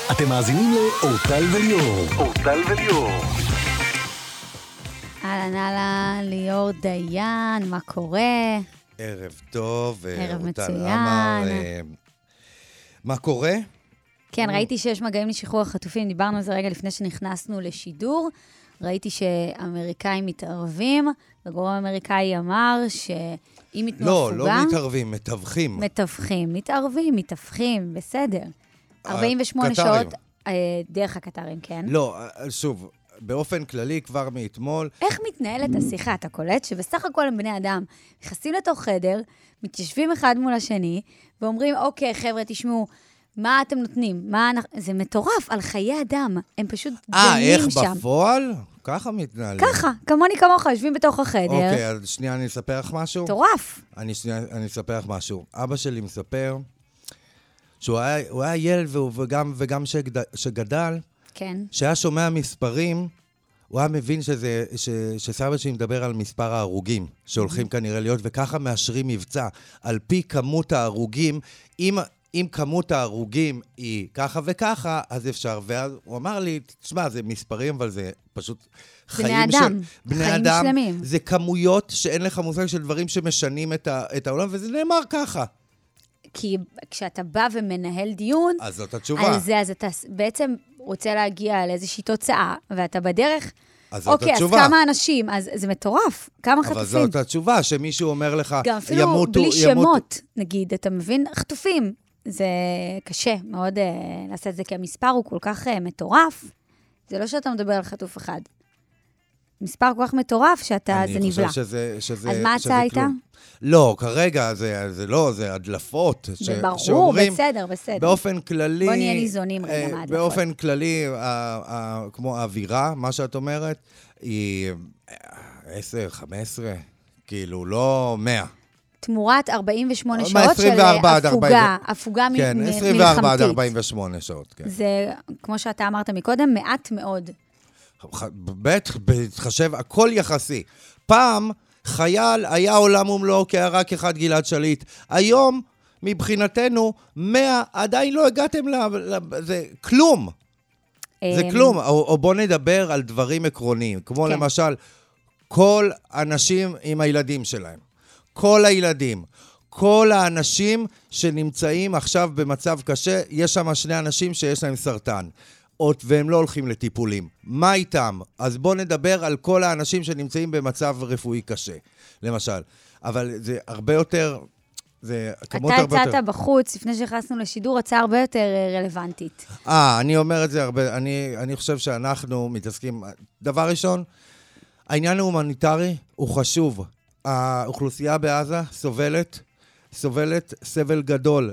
אתם מאזינים לאורטל וליאור. אורטל וליאור. אהלן, ליאור דיין, מה קורה? ערב טוב. ערב מצוין. מה קורה? כן, ראיתי שיש מגעים לשחרור החטופים, דיברנו על זה רגע לפני שנכנסנו לשידור. ראיתי שאמריקאים מתערבים, וגורם אמריקאי אמר שאם יתנו הפוגה... לא מתערבים, מתווכים. מתווכים, בסדר. 48 שעות דרך הקטרים, כן? לא, שוב, באופן כללי כבר מאתמול... איך מתנהלת השיחה? אתה קולט שבסך הכל הם בני אדם נכנסים לתוך חדר, מתיישבים אחד מול השני, ואומרים, אוקיי, חבר'ה, תשמעו, מה אתם נותנים? זה מטורף, על חיי אדם. הם פשוט דנים שם. איך בפועל? ככה מתנהלים. ככה, כמוני כמוך, יושבים בתוך החדר. אוקיי, אז שנייה אני אספר לך משהו. מטורף. אני אספר לך משהו. אבא שלי מספר שהוא היה ילד וגם שגדל, כן. שהיה שומע מספרים, הוא היה מבין שסבא שלי מדבר על מספר ההרוגים שהולכים כנראה להיות, וככה מאשרים מבצע. על פי כמות ההרוגים, אם כמות ההרוגים היא ככה וככה, אז אפשר. והוא אמר לי, תשמע, זה מספרים, אבל זה פשוט חיים של... בני אדם. שלמים. זה כמויות שאין לך מושג של דברים שמשנים את העולם, וזה נאמר ככה. כי כשאתה בא ומנהל דיון... אז זאת התשובה. על זה, אז אתה בעצם רוצה להגיע לאיזושהי תוצאה, ואתה בדרך... אז זאת התשובה. אז כמה אנשים, אז זה מטורף, כמה חטופים. אבל זאת התשובה, שמישהו אומר לך, גם אפילו בלי שמות, נגיד, אתה מבין? חטופים. זה קשה מאוד לעשות את זה, כי המספר הוא כל כך מטורף, זה לא שאתה מדבר על חטוף אחד. מספר כל כך מטורף שאתה, זה נבלע. אני חושב שזה... אז מה הצעה הייתה? לא, כרגע זה לא, זה הדלפות. ברור, בסדר. באופן כללי... בוא נהיה ניזונים רגע מהדלפות. באופן כללי, כמו האווירה, מה שאת אומרת, היא 10, 15, כאילו לא 100. תמורת 48 שעות של הפוגה מלחמתית. כן, 24 עד 48 שעות, כן. זה, כמו שאתה אמרת מקודם, מעט מאוד. בהתחשב, הכל יחסי. פעם, חייל היה עולם ומלואו, כי היה רק אחד גלעד שליט. היום, מבחינתנו, 100, עדיין לא הגעתם זה כלום. זה כלום. או בוא נדבר על דברים עקרוניים, כמו למשל, כל אנשים עם הילדים שלהם. כל הילדים, כל האנשים שנמצאים עכשיו במצב קשה, יש שם 2 אנשים שיש להם סרטן, והם לא הולכים לטיפולים. מה איתם? אז בואו נדבר על כל האנשים שנמצאים במצב רפואי קשה, למשל. אבל זה הרבה יותר, זה כמות הרבה יותר... אתה הצעת בחוץ, לפני שהכנסנו לשידור, הצעה הרבה יותר רלוונטית. אני אומר את זה הרבה, אני חושב שאנחנו מתעסקים, דבר ראשון, העניין ההומניטרי הוא חשוב. האוכלוסייה בעזה סובלת סבל גדול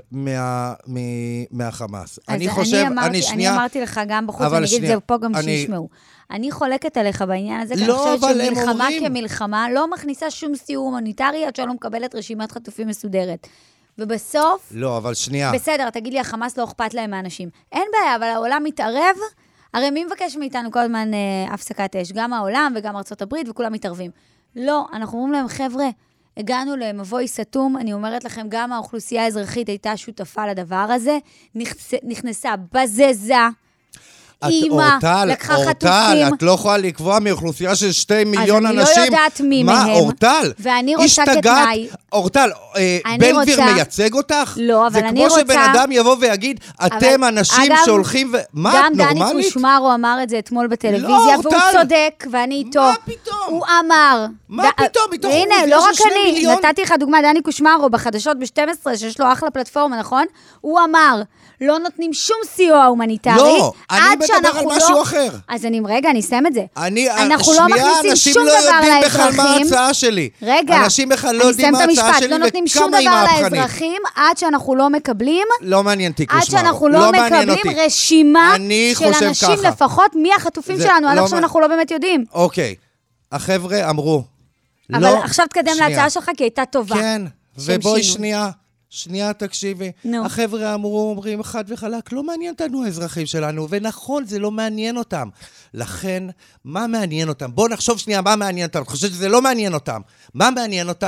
מהחמאס. אני אמרתי לך גם בחוץ, אני אגיד את זה פה גם שישמעו. אני חולקת עליך בעניין הזה, כי אני חושבת שמלחמה כמלחמה לא מכניסה שום סיוע הומניטרי, עד שאני לא מקבלת רשימת חטופים מסודרת. ובסוף... לא, אבל שנייה. בסדר, תגיד לי, החמאס לא אכפת להם מהאנשים. אין בעיה, אבל העולם מתערב, הרי מי מבקש מאיתנו כל הזמן הפסקת אש? גם העולם וגם ארצות הברית, וכולם מתערבים. לא, אנחנו אומרים להם, חבר'ה, הגענו למבוי סתום, אני אומרת לכם, גם האוכלוסייה האזרחית הייתה שותפה לדבר הזה, נכנסה, בזזה, אימא, לקחה חטופים. אורטל, את לא יכולה לקבוע מאוכלוסייה של 2 מיליון אנשים. אז אני לא יודעת מי מהם. מה, אורטל? ואני רוצה כתנאי. אורטל, בן גביר מייצג אותך? לא, אבל אני רוצה... זה כמו שבן אדם יבוא ויגיד, אתם אנשים שהולכים מה, את נורמלית? גם דני קושמרו אמר את זה אתמול בטלוויזיה, והוא צודק, ואני איתו. מה פתאום? הוא אמר. מה פתאום? מתוך הנה, לא רק אני, נתתי לך דוגמה, דני קושמרו בחדשות ב-12, שיש לו אחלה פלטפורמה, נכון? הוא אמר, לא נותנים שום סיוע הומניטרי. לא, אני מדבר על משהו אחר. אז אני אסיים את זה. אנחנו לא שנייה, מכניסים שום דבר לאזרחים. אנשים לא יודעים בכלל מה ההצעה שלי. רגע, אנשים בכלל לא יודעים מה ההצעה שלי, לא נותנים שום דבר לאזרחים, עד שאנחנו לא מקבלים, לא מעניין אותי קושמרו. עד שאנחנו לא מקבלים רשימה של אנשים לפחות, מי החטופים שלנו, עד עכשיו אנחנו לא באמת יודעים. אוקיי, החבר'ה אמרו. אבל עכשיו תקדם להצעה שלך, כי הייתה טובה. כן, ובואי שנייה תקשיבי. החבר'ה אומרים חד וחלק, לא מעניין אותנו האזרחים שלנו, ונכון, זה לא מעניין אותם. לכן, מה מעניין אותם? בואו נחשוב שנייה מה מעניין אותם. אני חושב שזה לא מעניין אותם. מה מעניין אותם?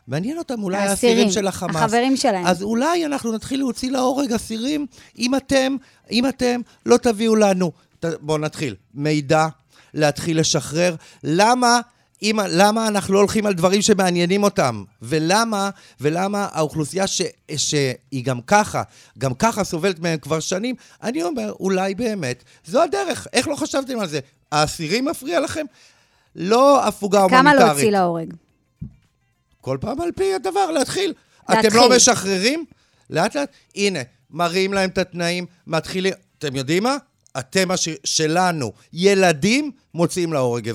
מעניין אותם אולי האסירים של החמאס. החברים שלהם. אז אולי אנחנו נתחיל להוציא להורג אסירים, אם אתם לא תביאו לנו. בואו נתחיל. מידע, להתחיל לשחרר. למה אנחנו לא הולכים על דברים שמעניינים אותם? ולמה האוכלוסייה שהיא גם ככה סובלת מהם כבר שנים, אני אומר, אולי באמת, זו הדרך. איך לא חשבתם על זה? האסירים מפריע לכם? לא הפוגה הומניטרית. כמה להוציא להורג? כל פעם על פי הדבר, להתחיל. אתם לא משחררים? לאט לאט. הנה, מראים להם את התנאים, מתחילים, אתם יודעים מה? אתם שלנו, ילדים, מוצאים להורג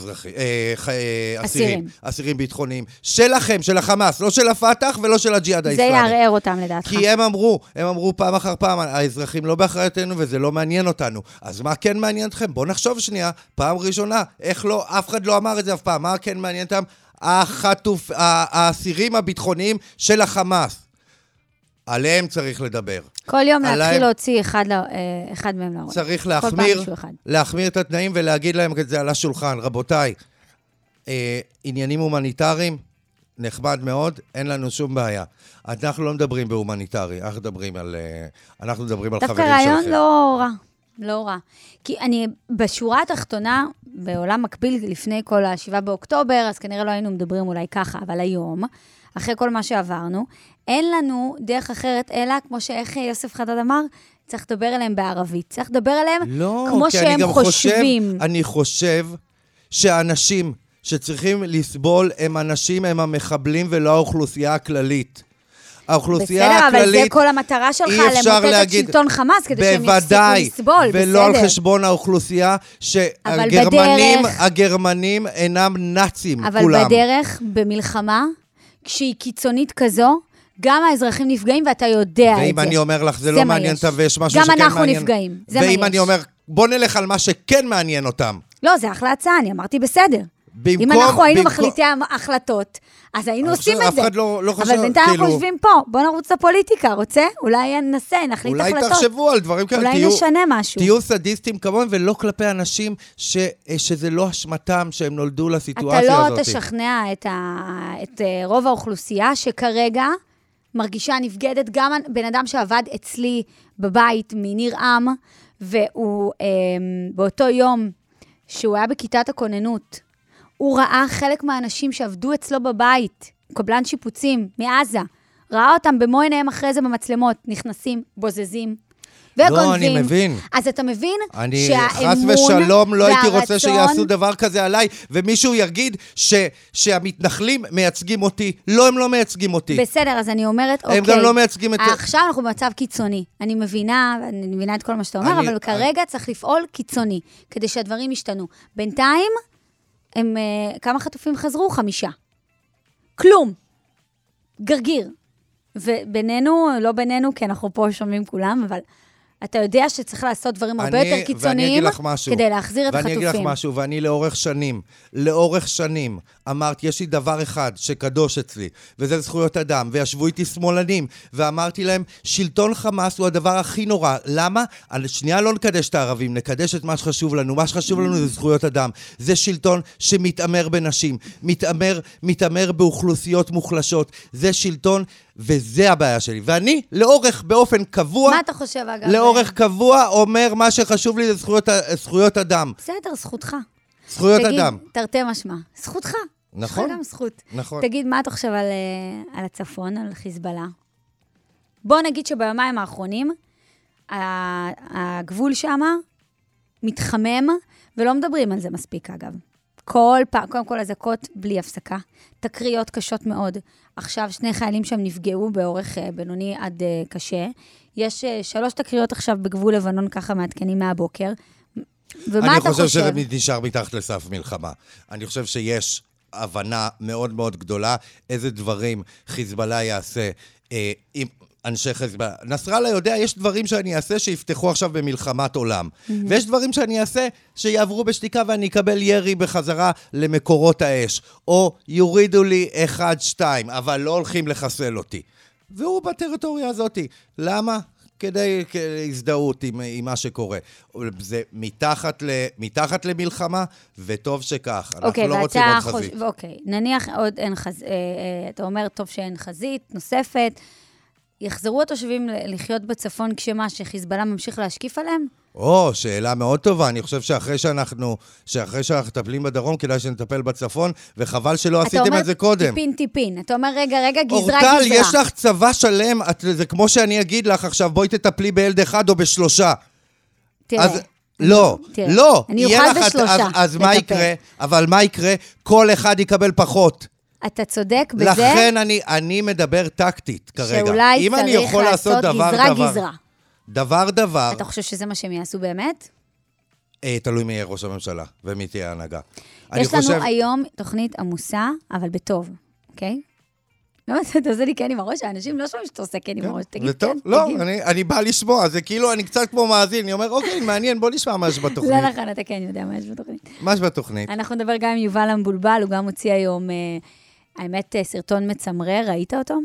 אסירים ביטחוניים. שלכם, של החמאס, לא של הפתח ולא של הג'יהאד האסלאמי. זה יערער אותם לדעתך. כי הם אמרו פעם אחר פעם, האזרחים לא באחריותנו וזה לא מעניין אותנו. אז מה כן מעניין אתכם? בואו נחשוב שנייה, פעם ראשונה, איך לא, אף אחד לא אמר את זה אף פעם, מה כן מעניין אותם? האסירים הביטחוניים של החמאס. עליהם צריך לדבר. כל יום להתחיל להוציא אחד מהם להורג. צריך להחמיר את התנאים ולהגיד להם את זה על השולחן. רבותיי, עניינים הומניטריים, נחמד מאוד, אין לנו שום בעיה. אנחנו לא מדברים בהומניטרי, אנחנו מדברים על חברים שלכם. דווקא רעיון לא רע. כי אני בשורה התחתונה, בעולם מקביל לפני כל 7 באוקטובר, אז כנראה לא היינו מדברים אולי ככה, אבל היום, אחרי כל מה שעברנו, אין לנו דרך אחרת, אלא כמו שאיך יוסף חדד אמר, צריך לדבר אליהם בערבית. צריך לדבר אליהם כמו שהם חושבים. אני חושב שהאנשים שצריכים לסבול הם המחבלים ולא האוכלוסייה הכללית. האוכלוסייה הכללית, בסדר, אבל זה כל המטרה שלך, למוטט את שלטון חמאס, כדי שהם יפסיקו לסבול, בסדר. ולא על חשבון האוכלוסייה שהגרמנים אינם נאצים, אבל כולם. אבל בדרך, במלחמה, כשהיא קיצונית כזו, גם האזרחים נפגעים, ואתה יודע את זה. ואם אני אומר לך, זה לא מעניין אותם, ויש משהו שכן מעניין. גם אנחנו נפגעים, זה מה יש. ואם אני אומר, בוא נלך על מה שכן מעניין אותם. לא, זה אחלה הצעה, אני אמרתי בסדר. אם אנחנו היינו מחליטי החלטות, אז היינו עושים את זה. אבל בינתיים אנחנו חושבים פה, בוא נרוץ לפוליטיקה, רוצה? אולי ננסה, נחליט החלטות. אולי תחשבו על דברים כאלה. אולי נשנה משהו. תהיו סדיסטים כמובן, ולא כלפי אנשים שזה לא אשמתם, שהם נולדו לסיטואציה הזאת. אתה לא תשכנע את רוב האוכלוסייה, שכרגע מרגישה נבגדת, גם בן אדם שעבד אצלי בבית מניר עם, והוא באותו יום שהוא היה בכיתת הכוננות, הוא ראה חלק מהאנשים שעבדו אצלו בבית, קבלן שיפוצים מעזה, ראה אותם במו עיניהם אחרי זה במצלמות, נכנסים, בוזזים, וגונבים. לא, אני מבין. אז אתה מבין שהאמון חס ושלום לא הייתי רוצה שיעשו דבר כזה עליי, ומישהו יגיד שהמתנחלים מייצגים אותי. לא, הם לא מייצגים אותי. בסדר, אז אני אומרת, הם גם לא מייצגים את... עכשיו אנחנו במצב קיצוני. אני מבינה את כל מה שאתה אומר, אבל כרגע צריך לפעול קיצוני, כדי שהדברים ישתנו. בינתיים, כמה חטופים חזרו? 5. כלום. גרגיר. ובינינו, לא בינינו, כי אנחנו פה שומעים כולם, אבל אתה יודע שצריך לעשות דברים הרבה יותר קיצוניים, כדי להחזיר את החטופים. ואני אגיד לך משהו, ואני לאורך שנים, אמרתי, יש לי דבר אחד שקדוש אצלי, וזה זכויות אדם, וישבו איתי שמאלנים, ואמרתי להם, שלטון חמאס הוא הדבר הכי נורא. למה? שנייה לא נקדש את הערבים, נקדש את מה שחשוב לנו. מה שחשוב לנו זה זכויות אדם. זה שלטון שמתאמר בנשים, מתאמר באוכלוסיות מוחלשות. זה שלטון, וזה הבעיה שלי. ואני, באופן קבוע, מה אתה חושב, אגב? לאורך קבוע אומר, מה שחשוב לי זה זכויות אדם. בסדר, זכותך. זכויות אדם. תגיד, תרתי משמע. זכותך. נכון. יש לך גם זכות. נכון. תגיד, מה אתה חושב על הצפון, על חיזבאללה? בוא נגיד שביומיים האחרונים, הגבול שם מתחמם, ולא מדברים על זה מספיק, אגב. כל פעם, קודם כל הזקות בלי הפסקה, תקריות קשות מאוד. עכשיו 2 חיילים שם נפגעו באורך בינוני עד קשה. יש 3 תקריות עכשיו בגבול לבנון, ככה מעדכנים מהבוקר. ומה אתה חושב? אני חושב שזה נשאר מתחת לסף מלחמה. אני חושב שיש הבנה מאוד מאוד גדולה, איזה דברים חיזבאללה יעשה עם אנשי חיזבאללה. נסראללה יודע, יש דברים שאני אעשה שיפתחו עכשיו במלחמת עולם. ויש דברים שאני אעשה שיעברו בשתיקה ואני אקבל ירי בחזרה למקורות האש. או יורידו לי 1-2, אבל לא הולכים לחסל אותי. והוא בטריטוריה הזאת. למה? כדי הזדהות עם מה שקורה. זה מתחת למלחמה, וטוב שכך. אנחנו לא רוצים עוד חזית. אוקיי, נניח עוד אין אתה אומר, טוב שאין חזית נוספת, יחזרו התושבים לחיות בצפון כשמה שחיזבאללה ממשיך להשקיף עליהם? שאלה מאוד טובה. אני חושב שאחרי שאנחנו מטפלים בדרום, כדאי שנטפל בצפון, וחבל שלא עשיתם את זה קודם. טיפין. אתה אומר, רגע, גזרה. אורטל, יש לך צבא שלם, זה כמו שאני אגיד לך עכשיו, בואי תטפלי בילד אחד או בשלושה. תראה. לא. אני אוכל בשלושה. אז מה יקרה? אבל מה יקרה? כל אחד יקבל פחות. אתה צודק בזה. לכן אני מדבר טקטית כרגע. שאולי צריך לעשות גזרה. דבר. אתה חושב שזה מה שהם יעשו באמת? תלוי מי יהיה ראש הממשלה ומי תהיה ההנהגה. יש לנו היום תוכנית עמוסה, אבל בטוב, אוקיי? באמת, אתה עושה לי כן עם הראש, האנשים לא שומעים שאתה עושה כן עם הראש, תגיד כן. לא, אני בא לשמוע, זה כאילו, אני קצת כמו מאזין, אני אומר, אוקיי, מעניין, בוא נשמע מה יש בתוכנית. לא נכון, אתה כן יודע מה יש בתוכנית. מה יש בתוכנית? אנחנו נדבר גם עם יובל המבולבל, הוא גם הוציא היום, האמת, סרטון מצמרר, ראית אותו?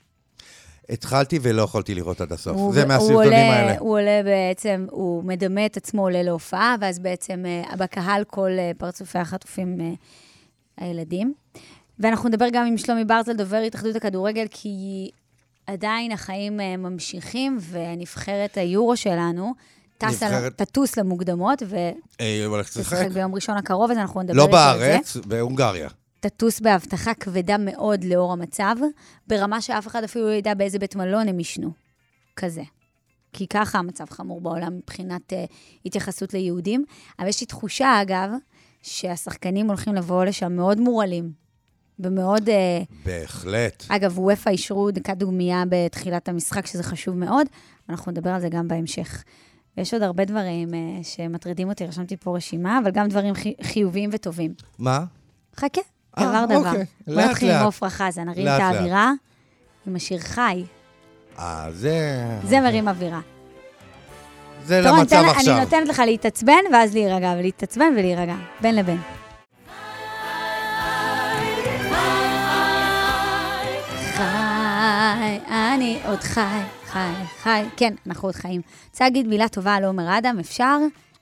התחלתי ולא יכולתי לראות עד הסוף. זה מהסרטונים האלה. הוא עולה בעצם, הוא מדמה את עצמו, עולה להופעה, ואז בעצם בקהל כל פרצופי החטופים הילדים. ואנחנו נדבר גם עם שלומי ברזל, דובר התאחדות הכדורגל, כי עדיין החיים ממשיכים, ונבחרת היורו שלנו תטוס למוקדמות, ותשחק ביום ראשון הקרוב, אז אנחנו נדבר לא בארץ, בהונגריה. תטוס בהבטחה כבדה מאוד לאור המצב, ברמה שאף אחד אפילו לא ידע באיזה בית מלון הם ישנו. כזה. כי ככה המצב חמור בעולם מבחינת התייחסות ליהודים. אבל יש לי תחושה, אגב, שהשחקנים הולכים לבוא לשם מאוד מורלים. ומאוד... בהחלט. אגב, וופא אישרו דקה דוגמיה בתחילת המשחק, שזה חשוב מאוד. אנחנו נדבר על זה גם בהמשך. ויש עוד הרבה דברים שמטרידים אותי, רשמתי פה רשימה, אבל גם דברים חיוביים וטובים. מה? חכה. דבר. אוקיי. בוא נתחיל עם עופרה חזה, נרים את האווירה עם השיר חי. זה מרים אווירה. זה למצב עכשיו. אני נותנת לך להתעצבן, ואז להירגע, ולהתעצבן ולהירגע, בין לבין. חי, אני עוד חי. כן, אנחנו עוד חיים. רוצה להגיד מילה טובה על עומר אדם, אפשר?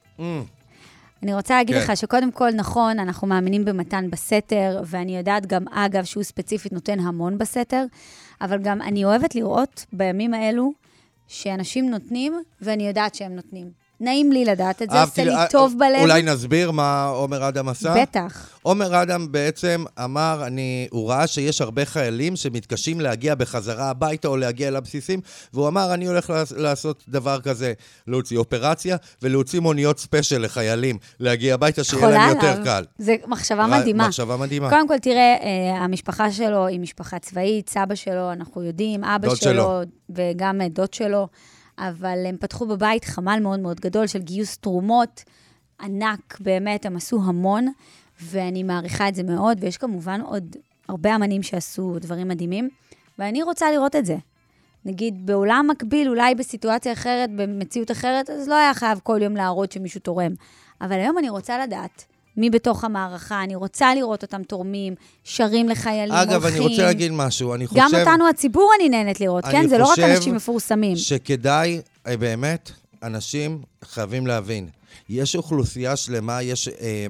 אני רוצה להגיד לך שקודם כל, נכון, אנחנו מאמינים במתן בסתר, ואני יודעת גם, אגב, שהוא ספציפית נותן המון בסתר, אבל גם אני אוהבת לראות בימים האלו, שאנשים נותנים, ואני יודעת שהם נותנים. נעים לי לדעת את זה, עושה לי טוב בלב. אולי נסביר מה עומר אדם עשה? בטח. עומר אדם בעצם אמר, הוא ראה שיש הרבה חיילים שמתקשים להגיע בחזרה הביתה או להגיע לבסיסים, והוא אמר, אני הולך לעשות דבר כזה, להוציא אופרציה ולהוציא מוניות ספיישל לחיילים, להגיע הביתה שיהיה להם יותר קל. זה מחשבה מדהימה. מחשבה מדהימה. קודם כל, תראה, המשפחה שלו היא משפחה צבאית, סבא שלו, אנחנו יודעים, אבא שלו וגם דוד שלו. אבל הם פתחו בבית חמ"ל מאוד מאוד גדול של גיוס תרומות ענק, באמת, הם עשו המון, ואני מעריכה את זה מאוד, ויש כמובן עוד הרבה אמנים שעשו דברים מדהימים, ואני רוצה לראות את זה. נגיד, בעולם מקביל, אולי בסיטואציה אחרת, במציאות אחרת, אז לא היה חייב כל יום להראות שמישהו תורם. אבל היום אני רוצה לדעת מי בתוך המערכה, אני רוצה לראות אותם תורמים, שרים לחיילים, אגב, אני רוצה להגיד משהו, אני חושב... גם אותנו הציבור אני נהנית לראות, כן? זה לא רק אנשים מפורסמים. שכדאי, באמת, אנשים חייבים להבין. יש אוכלוסייה שלמה, יש...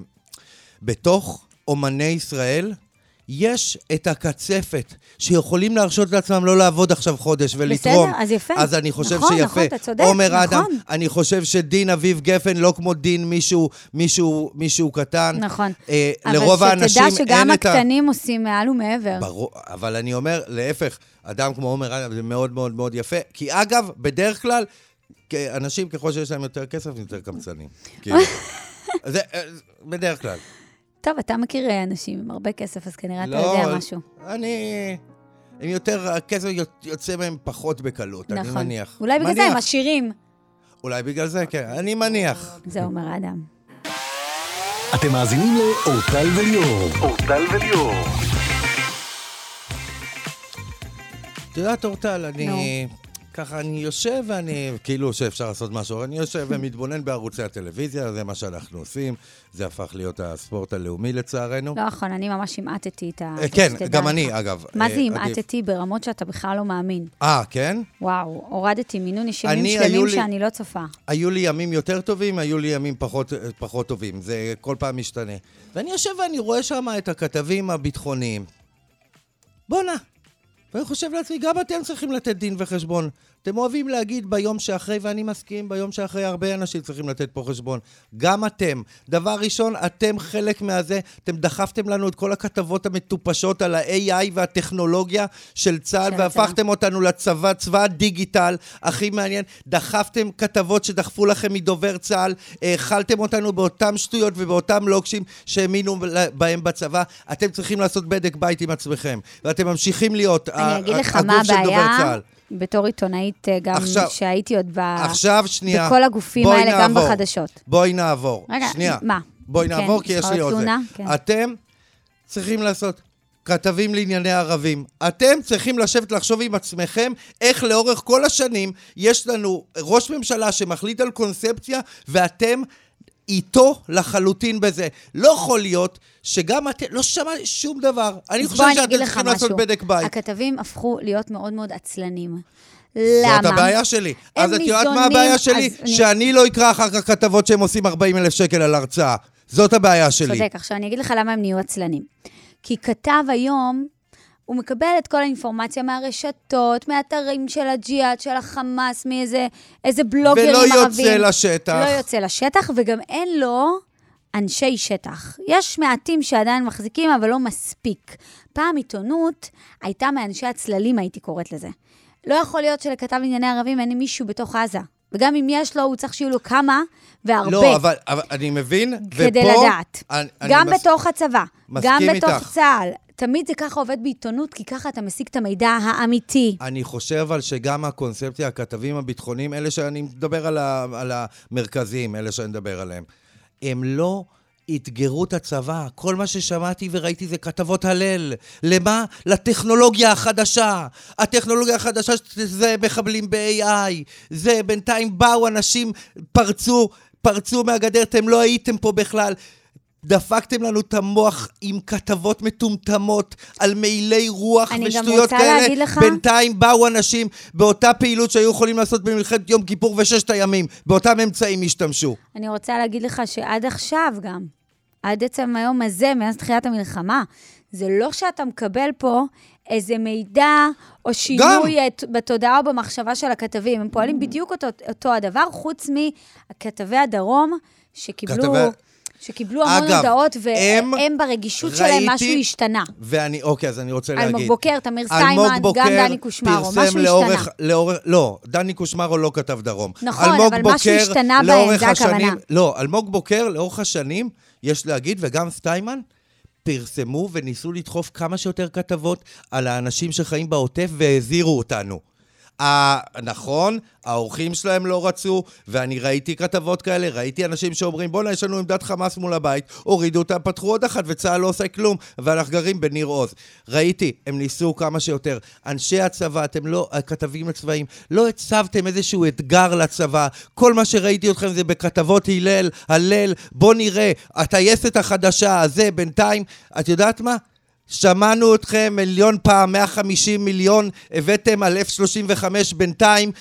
בתוך אומני ישראל, יש את הקצפת, שיכולים להרשות לעצמם לא לעבוד עכשיו חודש ולתרום. בסדר, אז יפה. אז אני חושב נכון, שיפה. נכון, אתה צודק, עומר אדם, נכון. אני חושב שדין אביב גפן, לא כמו דין מישהו קטן. נכון. לרוב האנשים אבל שתדע שגם הקטנים עושים מעל ומעבר. ברור, אבל אני אומר, להפך, אדם כמו עומר אדם, זה מאוד מאוד מאוד יפה. כי אגב, בדרך כלל, אנשים ככל שיש להם יותר כסף, יותר קמצנים. זה בדרך כלל. טוב, אתה מכיר אנשים עם הרבה כסף, אז כנראה אתה יודע משהו. הם יותר, הכסף יוצא מהם פחות בקלות, אני מניח. אולי בגלל זה הם עשירים. אולי בגלל זה, כן, אני מניח. זה אומר אדם. אתם מאזינים לאורטל וליאור. אורטל וליאור. אתה יודעת, אורטל, ככה אני יושב ואני, כאילו שאפשר לעשות משהו, אני יושב ומתבונן בערוצי הטלוויזיה, זה מה שאנחנו עושים, זה הפך להיות הספורט הלאומי לצערנו. לא נכון, אני ממש המעטתי את ה... כן, גם אני, אגב. מה זה המעטתי ברמות שאתה בכלל לא מאמין? כן? וואו, הורדתי מינון ישנים שלמים שאני לא צופה. היו לי ימים יותר טובים, היו לי ימים פחות טובים, זה כל פעם משתנה. ואני יושב ואני רואה שם את הכתבים הביטחוניים. בוא'נה. ואני חושב לעצמי, גם אתם צריכים לתת דין וחשבון. אתם אוהבים להגיד ביום שאחרי, ואני מסכים, ביום שאחרי הרבה אנשים צריכים לתת פה חשבון. גם אתם. דבר ראשון, אתם חלק מהזה, אתם דחפתם לנו את כל הכתבות המטופשות על ה-AI והטכנולוגיה של צה"ל, והפכתם אותנו לצבא, צבא הדיגיטל, הכי מעניין. דחפתם כתבות שדחפו לכם מדובר צה"ל, האכלתם אותנו באותם שטויות ובאותם לוקשים שהאמינו בהם בצבא. אתם צריכים לעשות בדק בית עם עצמכם, ואתם ממשיכים להיות הגוף של דובר צה"ל. בתור עיתונאית גם שהייתי עוד עכשיו, שנייה. בכל הגופים האלה, גם בחדשות. בואי נעבור. רגע, שנייה. מה? בואי נעבור, כי יש לי עוד זה. אתם צריכים לעשות כתבים לענייני ערבים. אתם צריכים לשבת לחשוב עם עצמכם איך לאורך כל השנים יש לנו ראש ממשלה שמחליט על קונספציה, ואתם איתו לחלוטין בזה. לא יכול להיות שגם אתם לא שמע שום דבר. אני חושב שאתם צריכים לעשות בדק בית. הכתבים הפכו להיות מאוד מאוד עצלנים. למה? זאת הבעיה שלי. אז את יודעת מה הבעיה שלי? שאני לא אקרא אחר כך כתבות שהם עושים 40,000 שקל על הרצאה. זאת הבעיה שלי. צודק, עכשיו אני אגיד לך למה הם נהיו עצלנים. כי כתב היום, הוא מקבל את כל האינפורמציה מהרשתות, מהאתרים של הג'יהאד, של החמאס, מאיזה בלוגרים ערבים. ולא יוצא לשטח. לא יוצא לשטח, וגם אין לו אנשי שטח. יש מעטים שעדיין מחזיקים, אבל לא מספיק. פעם עיתונות הייתה מאנשי הצללים, הייתי קוראת לזה. לא יכול להיות שלכתב ענייני ערבים אין מישהו בתוך עזה. וגם אם יש לו, הוא צריך שיהיו לו כמה והרבה. לא, אבל אני מבין, כדי ופה... לדעת. גם בתוך הצבא, גם בתוך צה"ל. תמיד זה ככה עובד בעיתונות, כי ככה אתה משיג את המידע האמיתי. אני חושב אבל שגם הקונספציה, הכתבים הביטחוניים, אלה שאני מדבר על המרכזיים, אלה שאני מדבר עליהם, הם לא התגרו את הצבא. כל מה ששמעתי וראיתי זה כתבות הלל. למה? לטכנולוגיה החדשה. הטכנולוגיה החדשה זה מחבלים ב-AI. זה בינתיים באו אנשים, פרצו מהגדר, אתם לא הייתם פה בכלל. דפקתם לנו את המוח עם כתבות מטומטמות על מעילי רוח ושטויות כאלה. בינתיים באו אנשים באותה פעילות שהיו יכולים לעשות במלחמת יום כיפור וששת הימים. באותם אמצעים השתמשו. אני רוצה להגיד לך שעד עכשיו גם, עד עצם היום הזה, מאז תחילת המלחמה, זה לא שאתה מקבל פה איזה מידע או שינוי בתודעה או במחשבה של הכתבים. הם פועלים בדיוק אותו הדבר, חוץ מכתבי הדרום שקיבלו המון הודעות, והם ברגישות שלהם משהו השתנה. אוקיי, אז אני רוצה להגיד. אלמוג בוקר, תמיר סטיימן, גם דני קושמרו, משהו השתנה. לא, דני קושמרו לא כתב דרום. נכון, אבל משהו השתנה בהם, זה הכוונה. לא, אלמוג בוקר, לאורך השנים, יש להגיד, וגם סטיימן, פרסמו וניסו לדחוף כמה שיותר כתבות על האנשים שחיים בעוטף והזהירו אותנו. נכון, האורחים שלהם לא רצו, ואני ראיתי כתבות כאלה, ראיתי אנשים שאומרים, בוא'נה, יש לנו עמדת חמאס מול הבית, הורידו אותה, פתחו עוד אחת, וצה"ל לא עושה כלום, ואנחנו גרים בניר עוז. ראיתי, הם ניסו כמה שיותר. אנשי הצבא, אתם לא, הכתבים הצבאיים, לא הצבתם איזשהו אתגר לצבא. כל מה שראיתי אתכם זה בכתבות הלל, בוא נראה, הטייסת החדשה הזה, בינתיים, את יודעת מה? שמענו אתכם מיליון פעם, 150 מיליון, הבאתם על F-35 בינתיים,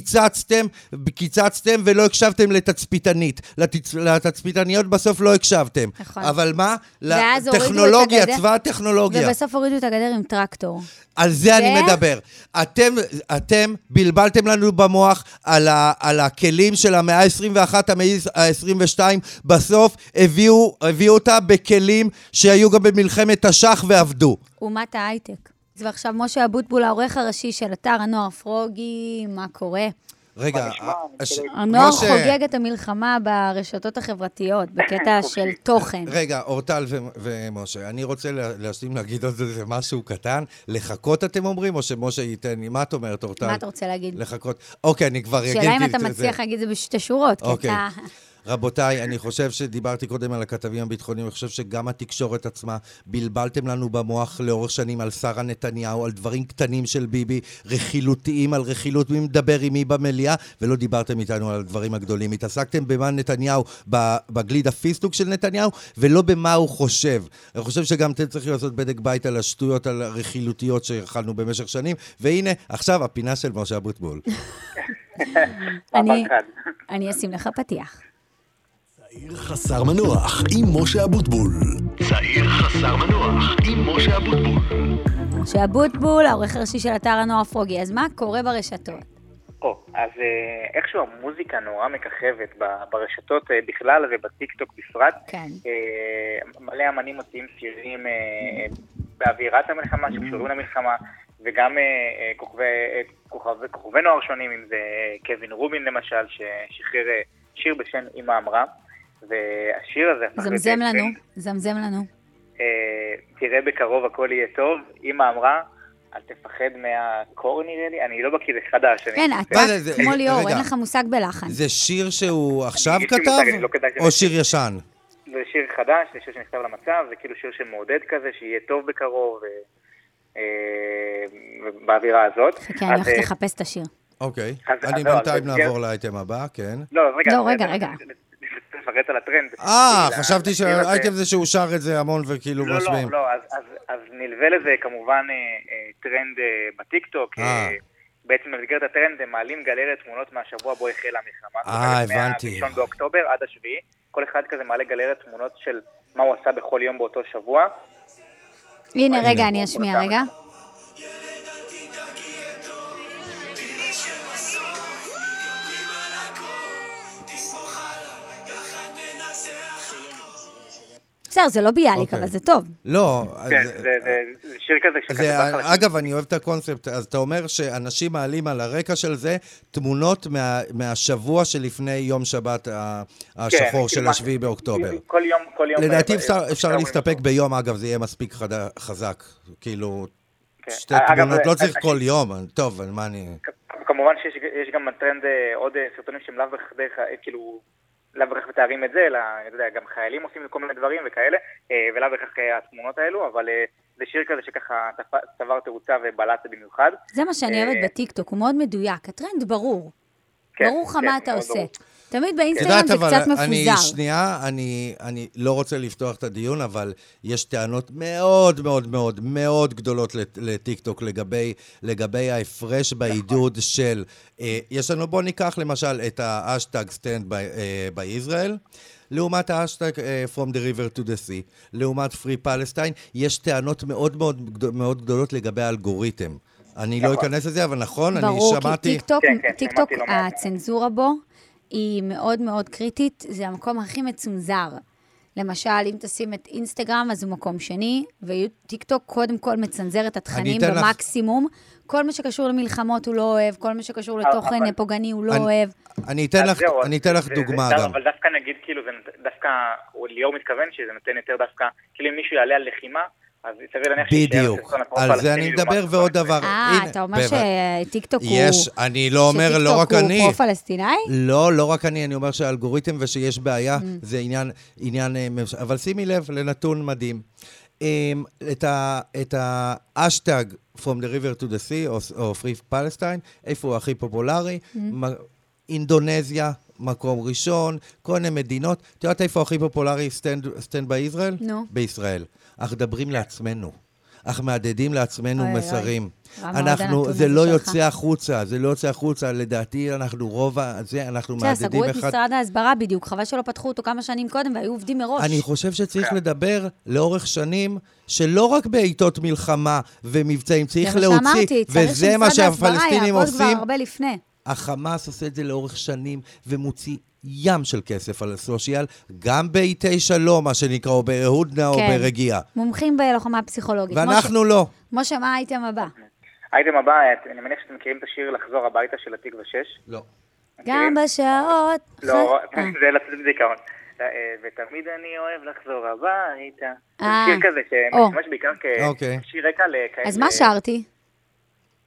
קיצצתם ולא הקשבתם לתצפיתנית. לתצפיתניות בסוף לא הקשבתם. נכון. אבל מה? לטכנולוגיה, צבא הטכנולוגיה. ובסוף הורידו את הגדר עם טרקטור. על זה אני מדבר. אתם בלבלתם לנו במוח על הכלים של המאה ה-21, המאה ה-22, בסוף הביאו אותה בכלים שהיו גם במלחמת השח ועבדו. אומת ההייטק. ועכשיו משה אבוטבול, העורך הראשי של אתר הנוער פרוגי, מה קורה? רגע, הנוער חוגג את המלחמה ברשתות החברתיות, בקטע של תוכן. רגע, אורטל ומשה, אני רוצה להשלים להגיד עוד איזה משהו קטן. לחכות אתם אומרים, או שמשה ייתן? מה את אומרת, אורטל? מה אתה רוצה להגיד? לחכות. אוקיי, אני כבר אגיד. שאלה אם אתה מצליח להגיד את זה בשתי שורות. אוקיי. רבותיי, אני חושב שדיברתי קודם על הכתבים הביטחוניים, אני חושב שגם התקשורת עצמה, בלבלתם לנו במוח לאורך שנים על שרה נתניהו, על דברים קטנים של ביבי, רכילותיים על רכילות, מי מדבר עם מי במליאה, ולא דיברתם איתנו על הדברים הגדולים. התעסקתם במה נתניהו, בגליד הפיסטוק של נתניהו, ולא במה הוא חושב. אני חושב שגם אתם צריכים לעשות בדק בית על השטויות, על הרכילותיות שאכלנו במשך שנים, והנה, עכשיו הפינה של משה אבוטבול. אני אשים לך פתיח. צעיר חסר מנוח עם משה אבוטבול. צעיר חסר מנוח עם משה אבוטבול. משה אבוטבול, העורך הראשי של אתר הנוער פרוגי. אז מה קורה ברשתות? אז איכשהו המוזיקה נורא מככבת ברשתות בכלל ובטיקטוק בפרט. כן. מלא אמנים מוציאים שירים באווירת המלחמה שקשורים למלחמה, וגם כוכבי נוער שונים, אם זה קווין רובין למשל, ששחרר שיר בשם אמא אמרה, והשיר הזה... זמזם לנו. תראה בקרוב הכל יהיה טוב, אמא אמרה, אל תפחד מהקור נראה לי, אני לא בקיא, זה חדש. כן, אתה כמו ליאור, אין לך מושג בלחן. זה שיר שהוא עכשיו כתב, או שיר ישן? זה שיר חדש, זה שיר שנכתב למצב, זה כאילו שיר שמעודד כזה, שיהיה טוב בקרוב, באווירה הזאת. כן, אני הולכת לחפש את השיר. אוקיי, אני בינתיים נעבור לאייטם הבא, כן. לא, רגע. לפרט על הטרנד. חשבתי שהאייטם זה שהוא שר את זה המון וכאילו משווים. לא, אז נלווה לזה כמובן טרנד בטיקטוק. בעצם במסגרת הטרנד הם מעלים גלריית תמונות מהשבוע בו החלה המלחמה. הבנתי. מה-1 באוקטובר עד השביעי. כל אחד כזה מעלה גלריית תמונות של מה הוא עשה בכל יום באותו שבוע. הנה, רגע, אני אשמיע, רגע. בסדר, זה לא ביאליק, אבל זה טוב. לא. זה שיר כזה. אגב, אני אוהב את הקונספט. אז אתה אומר שאנשים מעלים על הרקע של זה תמונות מהשבוע שלפני יום שבת השחור של השביעי באוקטובר. כל יום. לדעתי אפשר להסתפק ביום, אגב, זה יהיה מספיק חזק. כאילו, שתי תמונות לא צריך כל יום. טוב, מה אני... כמובן שיש גם טרנד עוד סרטונים שהם לאו דרך, כאילו... לאו בכך מתארים את זה, אלא, אני יודע, גם חיילים עושים כל מיני דברים וכאלה, ולאו בכך התמונות האלו, אבל זה שיר כזה שככה צבר תירוצה ובלט במיוחד. זה מה שאני אוהבת בטיקטוק, הוא מאוד מדויק, הטרנד ברור. ברור לך מה אתה עושה. תמיד באינסטגרם זה קצת מפוזר. שנייה, אני לא רוצה לפתוח את הדיון, אבל יש טענות מאוד מאוד מאוד מאוד גדולות לטיקטוק לגבי ההפרש בעידוד של, יש לנו, בוא ניקח למשל את האשטג Stand by Israel, לעומת האשטג From the River to the Sea, לעומת Free Palestine, יש טענות מאוד מאוד מאוד גדולות לגבי האלגוריתם. אני לא אכנס לזה, אבל נכון, אני שמעתי... ברור, כי טיקטוק, הצנזורה בו היא מאוד מאוד קריטית, זה המקום הכי מצונזר. למשל, אם תשים את אינסטגרם, אז הוא מקום שני, וטיקטוק קודם כל מצנזר את התכנים במקסימום. כל מה שקשור למלחמות הוא לא אוהב, כל מה שקשור לתוכן פוגעני הוא לא אוהב. אני אתן לך דוגמה גם. אבל דווקא נגיד, כאילו, דווקא, ליאור מתכוון שזה נותן יותר דווקא, כאילו אם מישהו יעלה על לחימה, אז סביר להניח בדיוק, על זה אני מדבר ועוד דבר. אתה אומר שטיקטוק הוא... אני לא אומר, לא רק אני. שטיקטוק הוא פרו-פלסטיני? לא רק אני אומר שהאלגוריתם ושיש בעיה, זה עניין, אבל שימי לב לנתון מדהים. את האשטג From the River to the Sea, או Free Palestine, איפה הוא הכי פופולרי? אינדונזיה, מקום ראשון, כל מיני מדינות. את יודעת איפה הכי פופולרי Stand by Israel? נו. בישראל. אך מדברים לעצמנו. אך מעדדים לעצמנו מסרים. זה לא יוצא החוצה, לדעתי אנחנו אנחנו מעדדים אחד. סגרו את משרד ההסברה בדיוק, חבל שלא פתחו אותו כמה שנים קודם והיו עובדים מראש. אני חושב שצריך לדבר לאורך שנים, שלא רק בעיתות מלחמה ומבצעים, צריך להוציא, וזה מה שהפלסטינים עושים. החמאס עושה את זה לאורך שנים ומוציא ים של כסף על הסושיאל, גם בעיתי שלום, מה שנקרא, או בהודנה או ברגיעה. מומחים בלוחמה פסיכולוגית. ואנחנו לא. משה, מה האייטם הבא? האייטם הבא, אני מניח שאתם מכירים את השיר לחזור הביתה של התקווה 6? לא. גם בשעות... לא, זה לצאת בזיכרון. ותמיד אני אוהב לחזור הביתה. שיר כזה, שמשמש בעיקר כשיר רקע לכאלה... אז מה שרתי?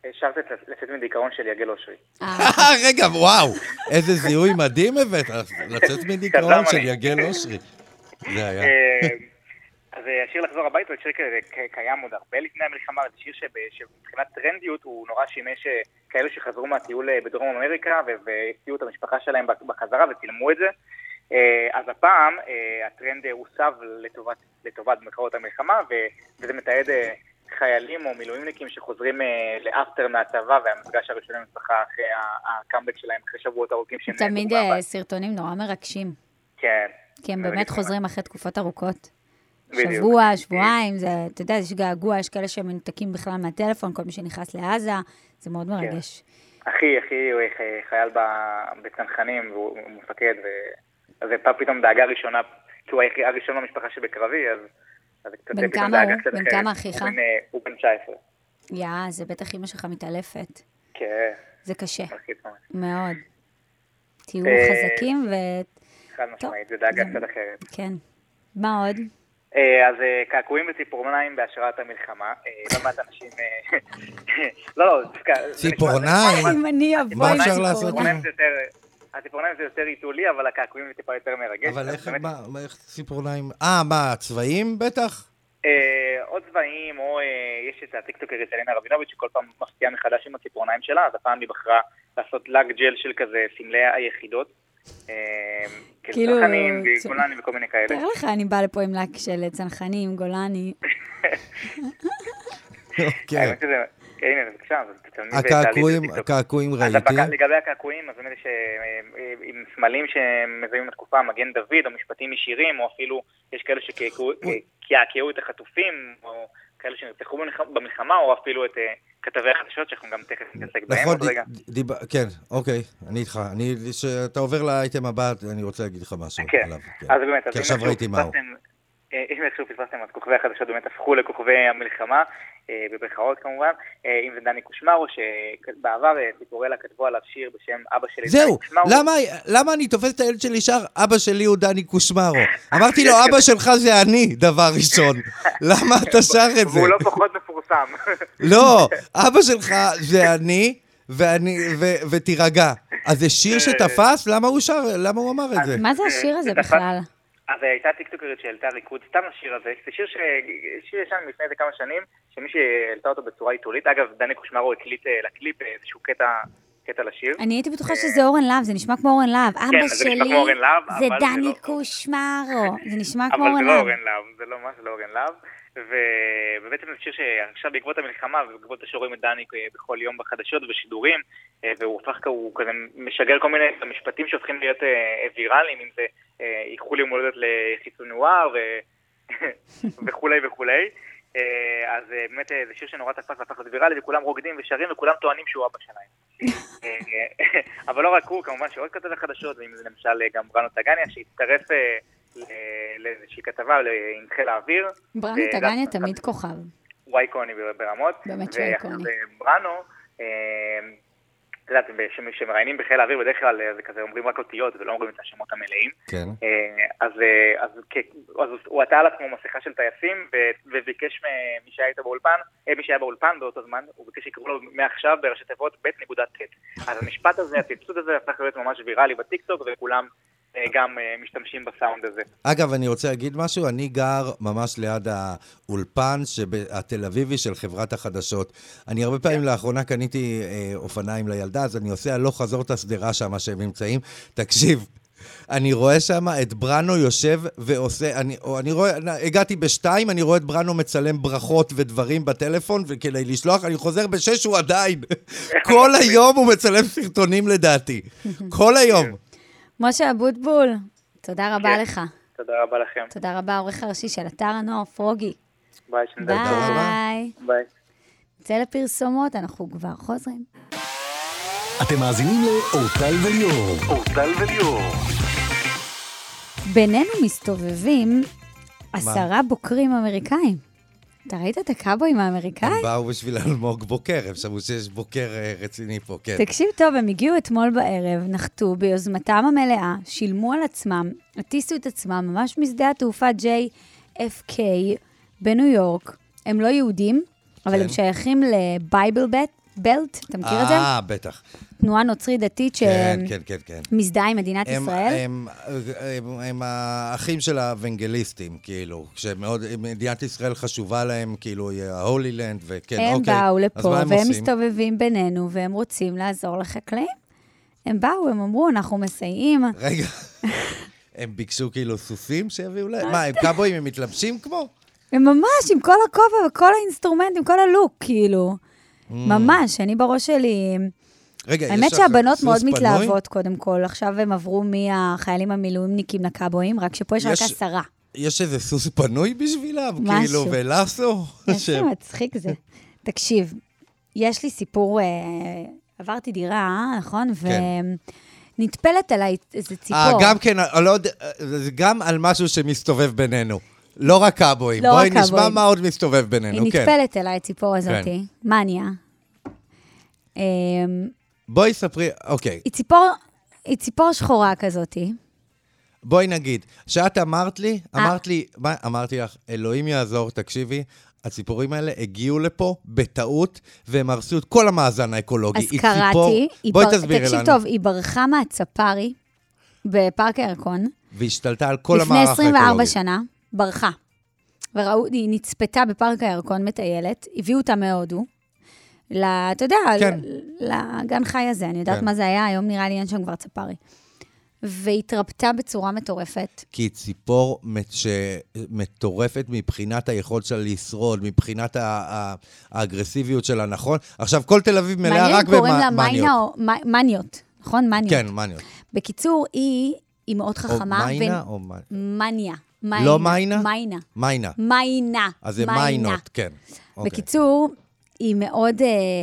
השארת לצאת מדיכאון של יגל אושרי. רגע, וואו, איזה זיהוי מדהים הבאת, לצאת מדיכאון של יגל אושרי. זה היה. אז השיר לחזור הביתה, זה שיר קיים עוד הרבה לפני המלחמה, זה שיר שבבחינת טרנדיות הוא נורא שימש כאלו שחזרו מהטיול בדרום אמריקה והפתיעו את המשפחה שלהם בחזרה וצילמו את זה. אז הפעם הטרנד הוסב לטובת במרכאות המלחמה, וזה מתעד חיילים או מילואימניקים שחוזרים לאפטר מהצבא והמפגש הראשון במשפחה אחרי הקאמבק שלהם, אחרי שבועות ארוכים שהם... תמיד סרטונים נורא מרגשים. כן. כי הם באמת חוזרים אחרי תקופות ארוכות. שבוע, שבועיים, אתה יודע, יש געגוע, יש כאלה שמנותקים בכלל מהטלפון, כל מי שנכנס לעזה, זה מאוד מרגש. אחי הוא חייל בצנחנים, והוא מפקד, אז זה פתאום דאגה ראשונה, כי הוא הראשון במשפחה שבקרבי, אז קצת פתאום דאגה קצת אחרת. בן כמה אחיך? הוא בן 19. זה בטח אמא שלך מתעלפת. כן. זה קשה. מאוד. תהיו חזקים ו... חד משמעית, זה דאגה קצת אחרת. כן. מה עוד? אז קעקועים וציפורניים בהשראת המלחמה. לא מעט אנשים... לא, דווקא... ציפורניים? אני אבוא עם ציפורניים. הציפורניים זה יותר עיתולי, אבל הקעקועים זה טיפה יותר מרגש. אבל איך ציפורניים? מה, צבעים בטח? או צבעים, או יש את הטיקטוקרית אלנה רבינוביץ' שכל פעם מפתיעה מחדש עם הציפורניים שלה, אז הפעם היא בחרה לעשות לג ג'ל של כזה סמלי היחידות. כאילו צנחנים, גולני וכל מיני כאלה. תאר לך, אני באה לפה עם לק של צנחנים, גולני. כן. הנה, בבקשה. הקעקועים ראיתי. לגבי הקעקועים, אז באמת עם סמלים שמזהים לתקופה, מגן דוד, או משפטים ישירים, או אפילו יש כאלה שקעקעו את החטופים, או כאלה שנרצחו במלחמה, או אפילו את כתבי החדשות, שאנחנו גם תכף נתעסק בהם עוד רגע. כן, אוקיי, אני איתך. כשאתה עובר לאייטם הבא, אני רוצה להגיד לך משהו עליו. אז באמת, כי עכשיו ראיתי מהו. אם איכשהו פספסתם, אז כוכבי החדשות באמת הפכו לכוכבי המלחמה, בברכאות כמובן, אם זה דני קושמרו, שבעבר ציפורלה כתבו עליו שיר בשם אבא שלי זהו, למה אני תופס את הילד שלי שר, אבא שלי הוא דני קושמרו? אמרתי לו, אבא שלך זה אני, דבר ראשון. למה אתה שר את זה? והוא לא פחות מפורסם. לא, אבא שלך זה אני, ותירגע. אז זה שיר שתפס? למה הוא שר? למה הוא אמר את זה? מה זה השיר הזה בכלל? אז הייתה טיקטוקרית שהעלתה ריקוד, סתם השיר הזה, זה שיר שישן לפני איזה כמה שנים, שמי שהעלתה אותו בצורה עיתולית, אגב, דני קושמרו הקליט לקליפ איזשהו קטע לשיר. אני הייתי בטוחה שזה אורן להב, זה נשמע כמו אורן להב. אבא שלי זה דני קושמרו, זה נשמע כמו אורן להב. אבל זה לא אורן להב, זה לא ממש לא אורן להב. ובעצם זה שיר שעכשיו בעקבות המלחמה ובעקבות שרואים את דני בכל יום בחדשות ושידורים, והוא הופך הוא כזה משגר כל מיני משפטים שהופכים להיות ויראליים, אם זה ייקחו לי מולדת לחיצון נוער וכולי וכולי. אז באמת זה שיר שנורא תפס והפך להיות ויראלי, וכולם רוקדים ושרים וכולם טוענים שהוא אבא שלהם. אבל לא רק הוא, כמובן שעוד כתבי חדשות, ואם זה למשל גם בראנו טגניה שהצטרף לאיזושהי כתבה עם חיל האוויר. בראנו טגניה תמיד כוכב. הוא אייקוני ברמות. באמת שהוא אייקוני. ובראנו, את יודעת, שמראיינים בחיל האוויר בדרך כלל זה כזה אומרים רק אותיות ולא אומרים את השמות המלאים. כן. אז הוא עטה על עצמו מסכה של טייסים וביקש מי שהיה באולפן באותו זמן, הוא ביקש שיקראו לו מעכשיו בראשי תיבות ב'.ט. אז המשפט הזה, הציטוט הזה הפך להיות ממש ויראלי בטיקטוק וכולם גם משתמשים בסאונד הזה. אגב, אני רוצה להגיד משהו, אני גר ממש ליד האולפן התל אביבי של חברת החדשות. אני הרבה פעמים לאחרונה קניתי אופניים לילדה, אז אני עושה הלוך חזור את הסדרה שם שהם נמצאים. תקשיב, אני רואה שם את בראנו יושב ועושה, אני רואה, הגעתי ב2, אני רואה את בראנו מצלם ברכות ודברים בטלפון, וכדי לשלוח, אני חוזר ב6, הוא עדיין. כל היום הוא מצלם סרטונים לדעתי. כל היום. משה אבוטבול, תודה רבה לך. תודה רבה לכם. תודה רבה, עורך הראשי של אתר הנוער פרוגי. ביי. ביי. נצא לפרסומות, אנחנו כבר חוזרים. אתם מאזינים לאורטל וליאור. אורטל וליאור. בינינו מסתובבים 10 בוקרים אמריקאים. אתה ראית את הקאבויים האמריקאים? הם באו בשביל אלמוג בוקר, הם שמעו שיש בוקר רציני פה, כן. תקשיב טוב, הם הגיעו אתמול בערב, נחתו ביוזמתם המלאה, שילמו על עצמם, הטיסו את עצמם, ממש משדה התעופה JFK בניו יורק. הם לא יהודים, אבל הם שייכים לבייבל בלט, אתה מכיר את זה? בטח. תנועה נוצרית דתית כן. שמזדהה עם מדינת ישראל. הם האחים של האוונגליסטים, כאילו, שמאוד, מדינת ישראל חשובה להם, כאילו, ההולי לנד, וכן, הם אוקיי. באו לפה, והם עושים? מסתובבים בינינו, והם רוצים לעזור לחקלאים. הם באו, הם אמרו, אנחנו מסייעים. רגע, הם ביקשו כאילו סוסים שיביאו להם? מה, הם קאבויים, הם מתלבשים כמו? הם ממש, עם כל הכובע וכל האינסטרומנט, עם כל הלוק, כאילו. ממש, אני בראש שלי... רגע, האמת שהבנות מאוד מתלהבות, קודם כל. עכשיו הם עברו מהחיילים המילואימניקים לקאבויים, רק שפה יש רק 10. יש איזה סוס פנוי בשבילם? משהו. כאילו, ולאסו? איזה מצחיק זה. תקשיב, יש לי סיפור, עברתי דירה, נכון? ונטפלת עליי איזה ציפור. גם כן, זה גם על משהו שמסתובב בינינו. לא רק קאבויים. בואי נשמע מה עוד מסתובב בינינו. היא נטפלת אליי, הציפור הזאת. מניה. בואי ספרי, אוקיי. היא ציפור שחורה כזאת. בואי נגיד, שאת אמרתי לך, אלוהים יעזור, תקשיבי, הציפורים האלה הגיעו לפה בטעות, והם הרסו את כל המאזן האקולוגי. אז קראתי, בואי תסבירי לנו. תקשיב טוב, היא ברחה מהצפרי בפארק הירקון. והשתלטה על כל המערך האקולוגי. לפני 24 שנה, ברחה. וראו, היא נצפתה בפארק הירקון מטיילת, הביאו אותה מהודו, אתה יודע, לגן חי הזה, אני יודעת מה זה היה, היום נראה לי אין שם כבר צפרי. והתרפתה בצורה מטורפת. כי ציפור מטורפת מבחינת היכולת שלה לשרוד, מבחינת האגרסיביות שלה, נכון? עכשיו, כל תל אביב מלאה רק במניות. מעניין, קוראים לה מניות, נכון? מניות. כן, מניות. בקיצור, היא מאוד חכמה. או מיינה או מניה. לא מיינה? מיינה. מיינה. מיינה. אז זה מיינות, כן. בקיצור, היא מאוד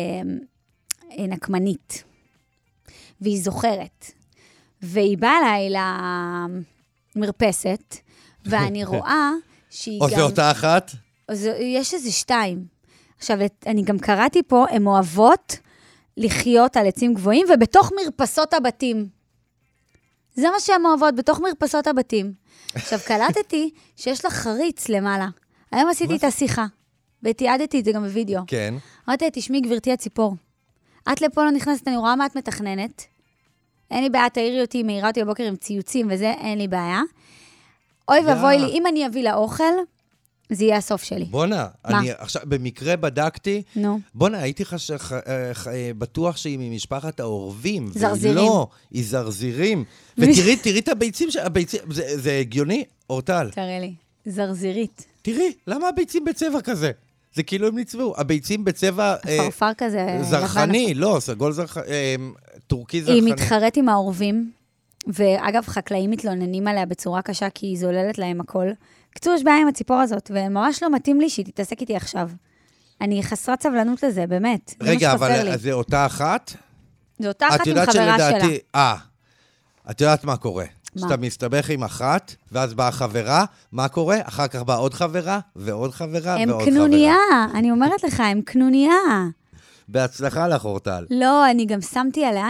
נקמנית. והיא זוכרת. והיא באה אליי למרפסת, ואני רואה שהיא גם... או זה אותה אחת? יש איזה 2. עכשיו, אני גם קראתי פה, הן אוהבות לחיות על עצים גבוהים, ובתוך מרפסות הבתים. זה מה שהן אוהבות, בתוך מרפסות הבתים. עכשיו, קלטתי שיש לה חריץ למעלה. היום עשיתי את השיחה, ותיעדתי את זה גם בווידאו. כן. אמרתי, תשמעי, גברתי הציפור. את לפה לא נכנסת, אני רואה מה את מתכננת. אין לי בעיה, תעירי אותי, מהירה אותי בבוקר עם ציוצים וזה, אין לי בעיה. אוי ובואי לי, אם אני אביא לאוכל, זה יהיה הסוף שלי. בונה, אני עכשיו במקרה בדקתי, בונה, הייתי בטוח שהיא ממשפחת העורבים. זרזירים. לא, היא זרזירים. ותראי את הביצים, זה הגיוני, אורטל. תראה לי, זרזירית. תראי, למה הביצים בצבע כזה? זה כאילו הם ניצבו, הביצים בצבע... הפרפר כזה... זרחני, לא, סגול זרחני, טורקי זרחני. היא מתחרט עם העורבים, ואגב, חקלאים מתלוננים עליה בצורה קשה, כי היא זוללת להם הכל. קצור, יש בעיה עם הציפור הזאת, וממש לא מתאים לי שהיא תתעסק איתי עכשיו. אני חסרת סבלנות לזה, באמת. רגע, אבל זה אותה אחת? זה אותה אחת עם חברה שלה. את יודעת מה קורה? שאתה מסתבך עם אחת, ואז באה חברה, מה קורה? אחר כך באה עוד חברה, ועוד חברה, ועוד חברה. הם קנוניה, אני אומרת לך, הם קנוניה. בהצלחה לך, אורטל. לא, אני גם שמתי עליה,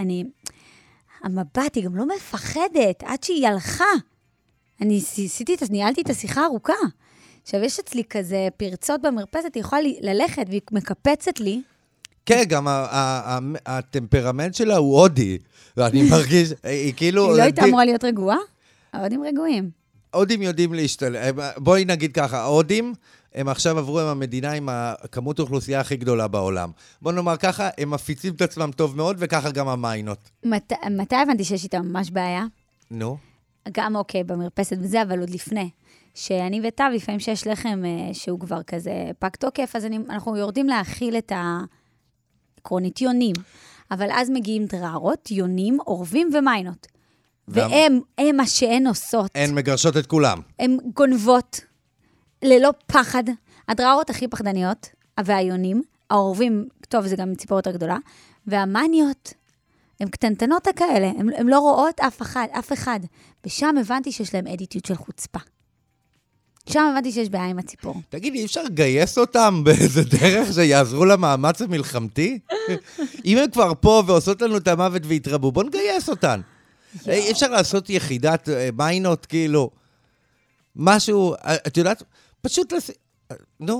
המבט, היא גם לא מפחדת, עד שהיא הלכה. ניהלתי את השיחה ארוכה. עכשיו, יש אצלי כזה פרצות במרפסת, היא יכולה ללכת, והיא מקפצת לי. כן, גם הטמפרמנט שלה הוא הודי. ואני מרגיש, היא כאילו... היא לא הייתה אמורה להיות רגועה? ההודים רגועים. ההודים יודעים להשתלב. בואי נגיד ככה, ההודים, הם עכשיו עברו עם המדינה עם הכמות האוכלוסייה הכי גדולה בעולם. בוא נאמר ככה, הם מפיצים את עצמם טוב מאוד, וככה גם המיינות. מתי הבנתי שיש איתם ממש בעיה? נו. גם אוקיי, במרפסת וזה, אבל עוד לפני. שאני וטב, לפעמים שיש לחם שהוא כבר כזה פג תוקף, אז אנחנו יורדים להכיל את העקרונית יונים. אבל אז מגיעים דררות, יונים, עורבים ומיינות. והם מה שהן עושות. הן מגרשות את כולם. הן גונבות ללא פחד. הדררות הכי פחדניות, והיונים, העורבים, טוב, זה גם ציפורת הגדולה, והמניות, הן קטנטנות הכאלה, הן לא רואות אף אחד. ושם הבנתי שיש להם אדיטיות של חוצפה. שם הבנתי שיש בעיה עם הציפור. תגידי, אי אפשר לגייס אותם באיזה דרך שיעזרו למאמץ המלחמתי? אם הם כבר פה ועושות לנו את המוות והתרבו, בוא נגייס אותן. אי אפשר לעשות יחידת מיינות, כאילו, משהו, את יודעת, פשוט נו,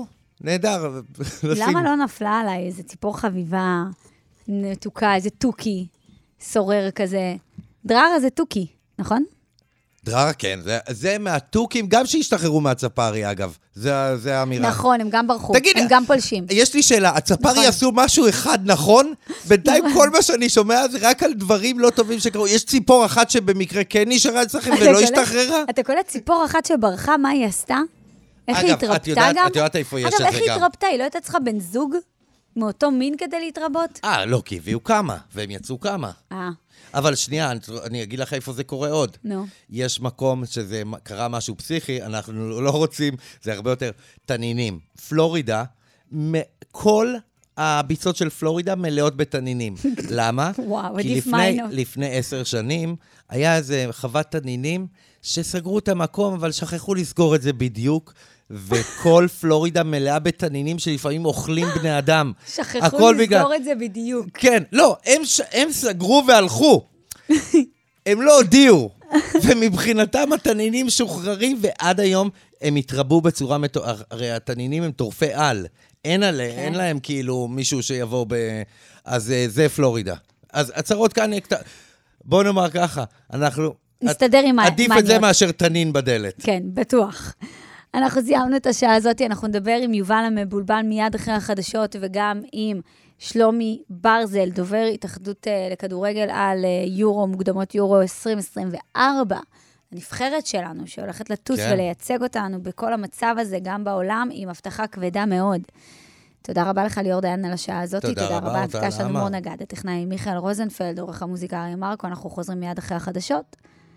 נהדר. למה לא נפלה עליי איזה ציפור חביבה, נתוקה, איזה טוקי, סורר כזה? דררה זה טוקי, נכון? דררה, כן. זה מהטוקים, גם שהשתחררו מהצפרי, אגב. זה האמירה. נכון, הם גם ברחו, תגיד, הם גם פולשים. יש לי שאלה, הצפרי עשו משהו אחד נכון? בינתיים כל מה שאני שומע זה רק על דברים לא טובים שקרו. יש ציפור אחת שבמקרה כן נשארה אצלכם ולא השתחררה? אתה קולט ציפור אחת שברחה, מה היא עשתה? איך היא התרפתה גם? את יודעת איפה יש את זה אגב, גם. איך היא התרפתה? היא לא הייתה צריכה בן זוג מאותו מין כדי להתרבות? לא, כי הביאו כמה, והם יצאו כמה. אבל שנייה, אני אגיד לך איפה זה קורה עוד. נו. יש מקום שזה קרה משהו פסיכי, אנחנו לא רוצים, זה הרבה יותר תנינים. פלורידה, כל הביצות של פלורידה מלאות בתנינים. למה? וואו, כי לפני 10 שנים היה איזה חוות תנינים שסגרו את המקום, אבל שכחו לסגור את זה בדיוק, וכל פלורידה מלאה בתנינים שלפעמים אוכלים בני אדם. שכחו לסגור את זה בדיוק. כן, לא, הם סגרו והלכו. הם לא הודיעו. ומבחינתם התנינים שוחררים, ועד היום הם התרבו בצורה הרי התנינים הם טורפי על. אין להם כאילו מישהו שיבוא אז זה פלורידה. אז הצהרות כאן, בוא נאמר ככה, אנחנו... נסתדר עם מה... עדיף את זה מאשר תנין בדלת. כן, בטוח. אנחנו סיימנו את השעה הזאת, אנחנו נדבר עם יובל המבולבל מיד אחרי החדשות, וגם עם שלומי ברזל, דובר התאחדות לכדורגל על יורו, מוקדמות יורו 2024, הנבחרת שלנו, שהולכת לטוס ולייצג אותנו בכל המצב הזה, גם בעולם, עם הבטחה כבדה מאוד. תודה רבה לך ליאור דיין על השעה הזאת, תודה רבה, ההפקה שלנו מור נגד, הטכנאי מיכאל רוזנפלד, עורך המוזיקה אריה מרקו, אנחנו חוזרים מיד אחרי החדשות.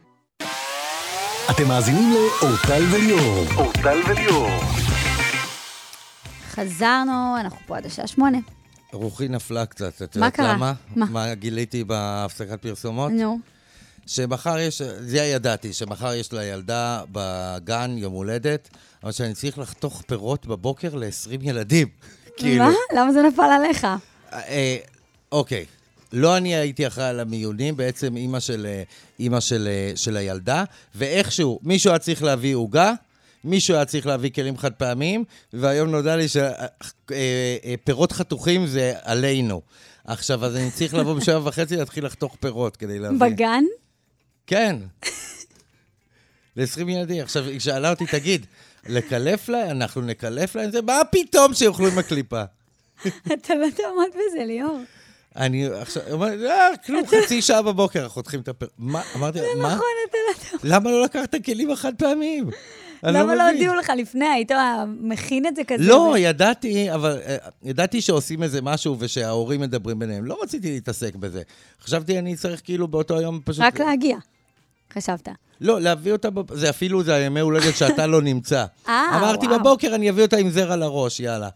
אתם מאזינים לאורטל וליאור. אורטל וליאור. חזרנו, אנחנו פה עד השעה 8. רוחי נפלה קצת. את מה יודעת קרה? למה? מה? מה גיליתי בהפסקת פרסומות? נו. שמחר יש, זה ידעתי, שמחר יש לה ילדה בגן, יום הולדת, אבל שאני צריך לחתוך פירות בבוקר ל-20 ילדים. מה? למה זה נפל עליך? אוקיי. לא אני הייתי אחראי על המיונים, בעצם אמא של הילדה, ואיכשהו מישהו היה צריך להביא עוגה, מישהו היה צריך להביא כלים חד פעמים, והיום נודע לי שפירות חתוכים זה עלינו. עכשיו, אז אני צריך לבוא ב7:30 להתחיל לחתוך פירות כדי להביא. בגן? כן. ל-20 ילדים. עכשיו, היא שאלה אותי, תגיד, לקלף להם? אנחנו נקלף להם? זה מה פתאום שיוכלו עם הקליפה? אתה לא תעמוד בזה, ליאור. אני עכשיו, כלום, חצי שעה בבוקר, אנחנו חותכים את הפר... מה? אמרתי, מה? נכון, אתה לא תעמוד. למה לא לקחת כלים החד פעמים? למה לא הודיעו לך לפני? היית מכין את זה כזה? לא, ידעתי, אבל ידעתי שעושים איזה משהו ושההורים מדברים ביניהם. לא רציתי להתעסק בזה. חשבתי, אני צריך כאילו באותו היום פשוט... רק להגיע, חשבת. לא, להביא אותה, זה אפילו זה הימי הולדת שאתה לא נמצא. אמרתי בבוקר, אני אביא אותה עם זרע לראש, יאללה.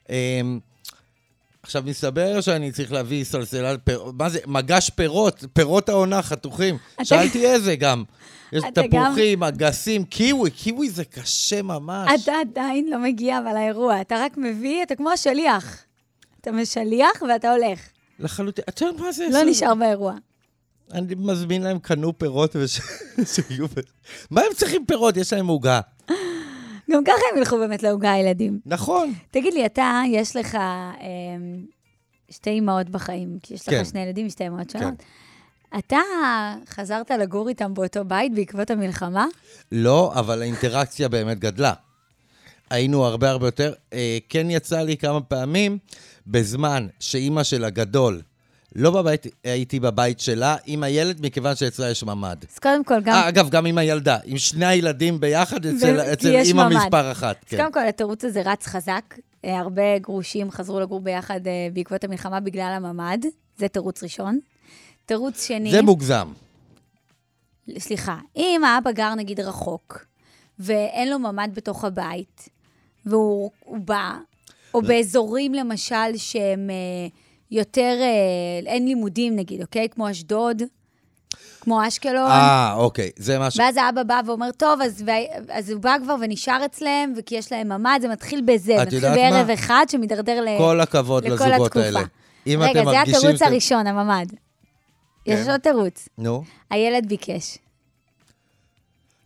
עכשיו מסתבר שאני צריך להביא סלסלת פירות, מה זה? מגש פירות, פירות העונה, חתוכים. שאלתי איזה גם. יש תפוחים, אגסים, קיווי זה קשה ממש. אתה עדיין לא מגיע אבל האירוע, אתה רק מביא, אתה כמו השליח. אתה משליח ואתה הולך. לחלוטין, אתה יודע מה זה? לא נשאר באירוע. אני מזמין להם קנו פירות ושיהיו... מה הם צריכים פירות? יש להם עוגה. גם ככה הם ילכו באמת להוגה הילדים. נכון. תגיד לי, אתה, יש לך שתי אמהות בחיים, כי יש לך 2 ילדים, 2 אמהות שונות. אתה חזרת לגור איתם באותו בית בעקבות המלחמה? לא, אבל האינטראקציה באמת גדלה. היינו הרבה יותר. כן יצא לי כמה פעמים, בזמן שאימא של הגדול, לא בבית, הייתי בבית שלה, עם הילד, מכיוון שאצלה יש ממד. אז קודם כל גם... אגב, גם עם הילדה, עם 2 הילדים ביחד, אצל אימא מספר 1. אז קודם כל, התירוץ הזה רץ חזק. הרבה גרושים חזרו לגור ביחד בעקבות המלחמה בגלל הממד. זה תירוץ ראשון. תירוץ שני... זה מוגזם. סליחה, אם האבא גר נגיד רחוק, ואין לו ממד בתוך הבית, והוא בא, או באזורים למשל שהם... יותר, אין לימודים נגיד, אוקיי? כמו אשדוד, כמו אשקלון. אוקיי, זה משהו. ואז האבא בא ואומר, טוב, אז הוא בא כבר ונשאר אצלם, וכי יש להם ממד, זה מתחיל בזה, מתחיל בערב אחד שמדרדר לכל התקופה. כל הכבוד לזוגות האלה. רגע, זה התירוץ הראשון, הממד. יש עוד תירוץ. נו. הילד ביקש.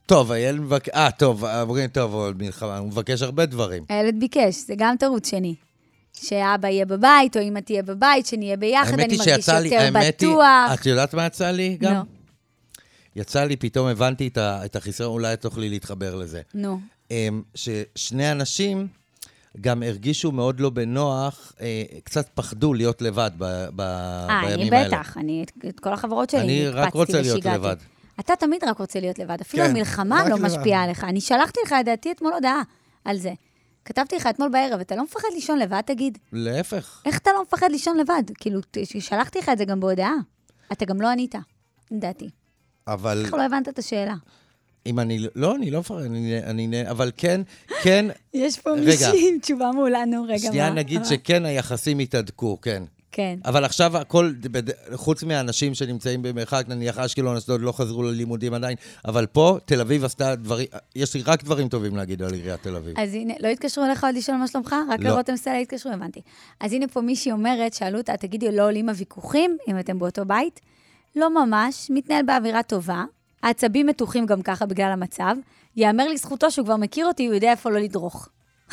טוב, הילד מבקש... טוב, אומרים, טוב, הוא מבקש הרבה דברים. הילד ביקש, זה גם תירוץ שני. שאבא יהיה בבית, או אמא תהיה בבית, שנהיה ביחד, אני מרגיש יותר בטוח. את יודעת מה יצא לי גם? יצא לי, פתאום הבנתי את החיסרון, אולי תוכלי להתחבר לזה. נו. ששני אנשים גם הרגישו מאוד לא בנוח, קצת פחדו להיות לבד בימים האלה. אני בטח, את כל החברות שלי אני רק רוצה להיות לבד. אתה תמיד רק רוצה להיות לבד, אפילו המלחמה לא משפיעה עליך. אני שלחתי לך, לדעתי, אתמול הודעה על זה. כתבתי לך אתמול בערב, אתה לא מפחד לישון לבד, תגיד. להפך. איך אתה לא מפחד לישון לבד? כאילו, שלחתי לך את זה גם בהודעה. אתה גם לא ענית, לדעתי. אבל... איך לא הבנת את השאלה? אם אני לא מפחד, אבל כן... יש פה מישהי עם תשובה מולנו, רגע, מה? שנייה נגיד שכן היחסים התהדקו, כן. כן. אבל עכשיו הכל, חוץ מהאנשים שנמצאים במרחק, נניח אשקלון, אשדוד לא חזרו ללימודים עדיין, אבל פה תל אביב עשתה דברים, יש לי רק דברים טובים להגיד על עיריית תל אביב. אז הנה, לא התקשרו אליך עוד לשאול מה שלומך? רק לרותם סלע התקשרו, הבנתי. אז הנה פה מישהי אומרת, שאלו אותה, תגידי, לא עולים הוויכוחים, אם אתם באותו בית? לא ממש, מתנהל באווירה טובה, העצבים מתוחים גם ככה בגלל המצב, יאמר לזכותו שהוא כבר מכיר אותי, הוא יודע איפה לא לדרוך.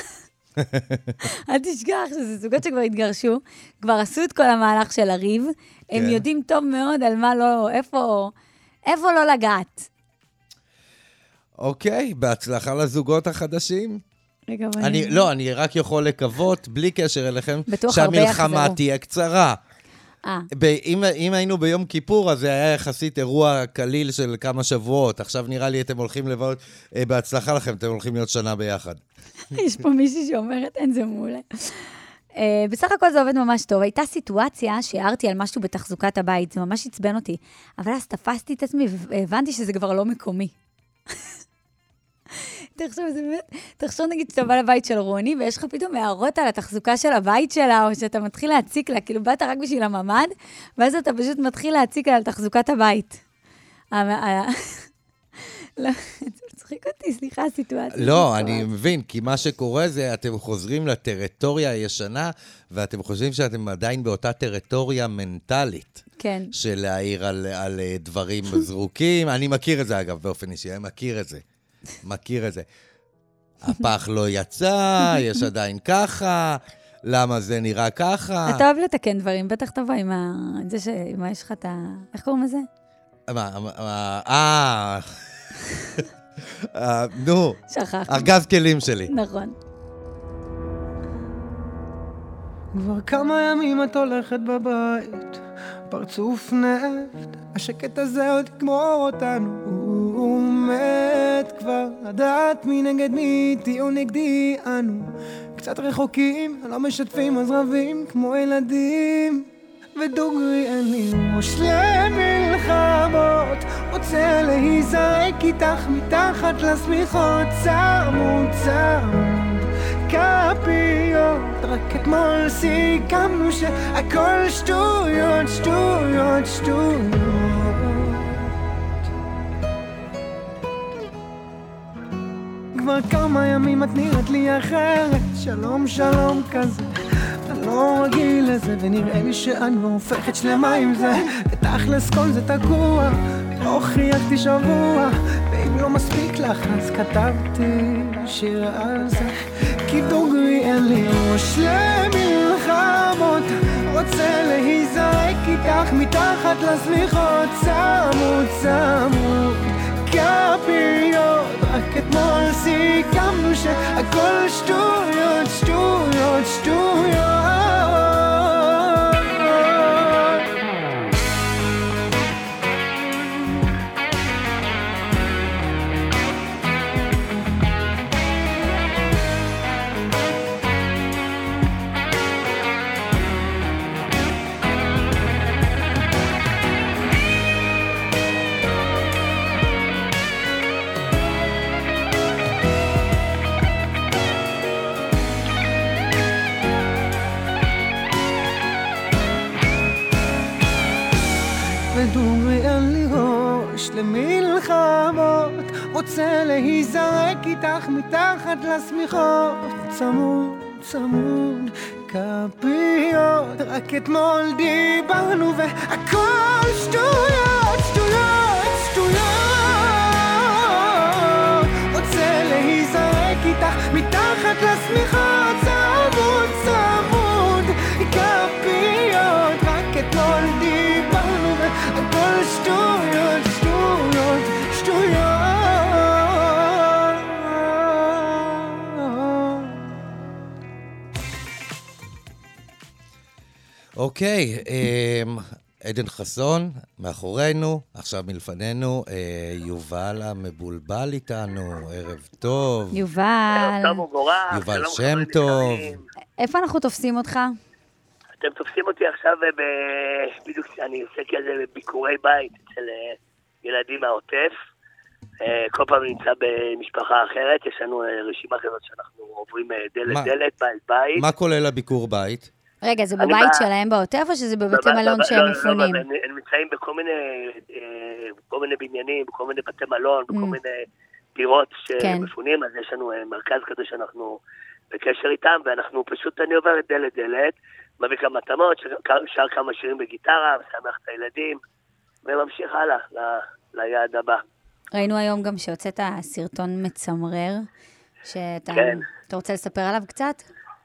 אל תשכח שזה זוגות שכבר התגרשו, כבר עשו את כל המהלך של הריב, הם יודעים טוב מאוד על מה לא, איפה לא לגעת. אוקיי, בהצלחה לזוגות החדשים. רגע, אני רק יכול לקוות, בלי קשר אליכם, שהמלחמה תהיה קצרה. אם היינו ביום כיפור, אז זה היה יחסית אירוע קליל של כמה שבועות. עכשיו נראה לי אתם הולכים לבוא, בהצלחה לכם, אתם הולכים להיות שנה ביחד. יש פה מישהי שאומרת, אין זה מעולה. בסך הכל זה עובד ממש טוב. הייתה סיטואציה שהערתי על משהו בתחזוקת הבית, זה ממש עצבן אותי. אבל אז תפסתי את עצמי והבנתי שזה כבר לא מקומי. תחשוב נגיד שאתה בא לבית של רוני, ויש לך פתאום הערות על התחזוקה של הבית שלה, או שאתה מתחיל להציק לה, כאילו באת רק בשביל הממד, ואז אתה פשוט מתחיל להציק לה על תחזוקת הבית. לא, זה מצחיק אותי, סליחה, הסיטואציה. לא, אני מבין, כי מה שקורה זה, אתם חוזרים לטריטוריה הישנה, ואתם חושבים שאתם עדיין באותה טריטוריה מנטלית. כן. של להעיר על דברים זרוקים. אני מכיר את זה, אגב, באופן אישי, אני מכיר את זה. הפח לא יצא, יש עדיין ככה, למה זה נראה ככה? אתה אוהב לתקן דברים, בטח תבוא עם זה שמה יש לך את ה... איך קוראים לזה? נו, שכחתי. ארגז כלים שלי. נכון. כבר כמה ימים את הולכת בבית, פרצוף נפט, השקט הזה עוד יגמור אותנו. הוא מת כבר, לדעת מי נגד מי, תהיו נגדי אנו. קצת רחוקים, לא משתפים אז רבים כמו ילדים. ודוגרי אין לי ראש למלחמות, רוצה להיזרק איתך מתחת לשמיכות. צמוד כפיות, רק אתמול סיכמנו שהכל שטויות. כבר כמה ימים את נראית לי אחרת, שלום כזה, אני לא רגיל לזה, ונראה לי שאני לא הופכת שלמה עם זה, ותכלס כל זה תקוע, לא חייכתי שבוע, ואם לא מספיק לך אז כתבתי שיר על זה, כי דוגרי אין לי ראש למלחמות, רוצה להיזרק איתך מתחת לשמיכות. צמוד כפיות, רק אתמול סיכמנו שהכל שטויות. ודוגרי אין לי ראש למלחמות, רוצה להיזרק איתך מתחת לשמיכות. צמוד כפיות, רק אתמול דיברנו והכל שטויות. אוקיי, עדן חסון, מאחורינו, עכשיו מלפנינו, יובל המבולבל איתנו, ערב טוב. יובל. טוב ומבורך. יובל שם טוב. איפה אנחנו תופסים אותך? אתם תופסים אותי עכשיו בדיוק שאני עושה כזה בביקורי בית אצל ילדים מהעוטף. כל פעם נמצא במשפחה אחרת, יש לנו רשימה כזאת שאנחנו עוברים דלת, בית. מה כולל הביקור בית? רגע, זה בבית שלהם בעוטף או שזה בבתי מלון שהם מפונים? הם נמצאים בכל מיני בניינים, בכל מיני בתי מלון, בכל מיני דירות שמפונים, אז יש לנו מרכז כזה שאנחנו בקשר איתם, ואנחנו פשוט, אני עובר דלת, מביא כמה תמות, שר כמה שירים בגיטרה, משמח את הילדים, וממשיך הלאה ליעד הבא. ראינו היום גם שהוצאת סרטון מצמרר, שאתה רוצה לספר עליו קצת?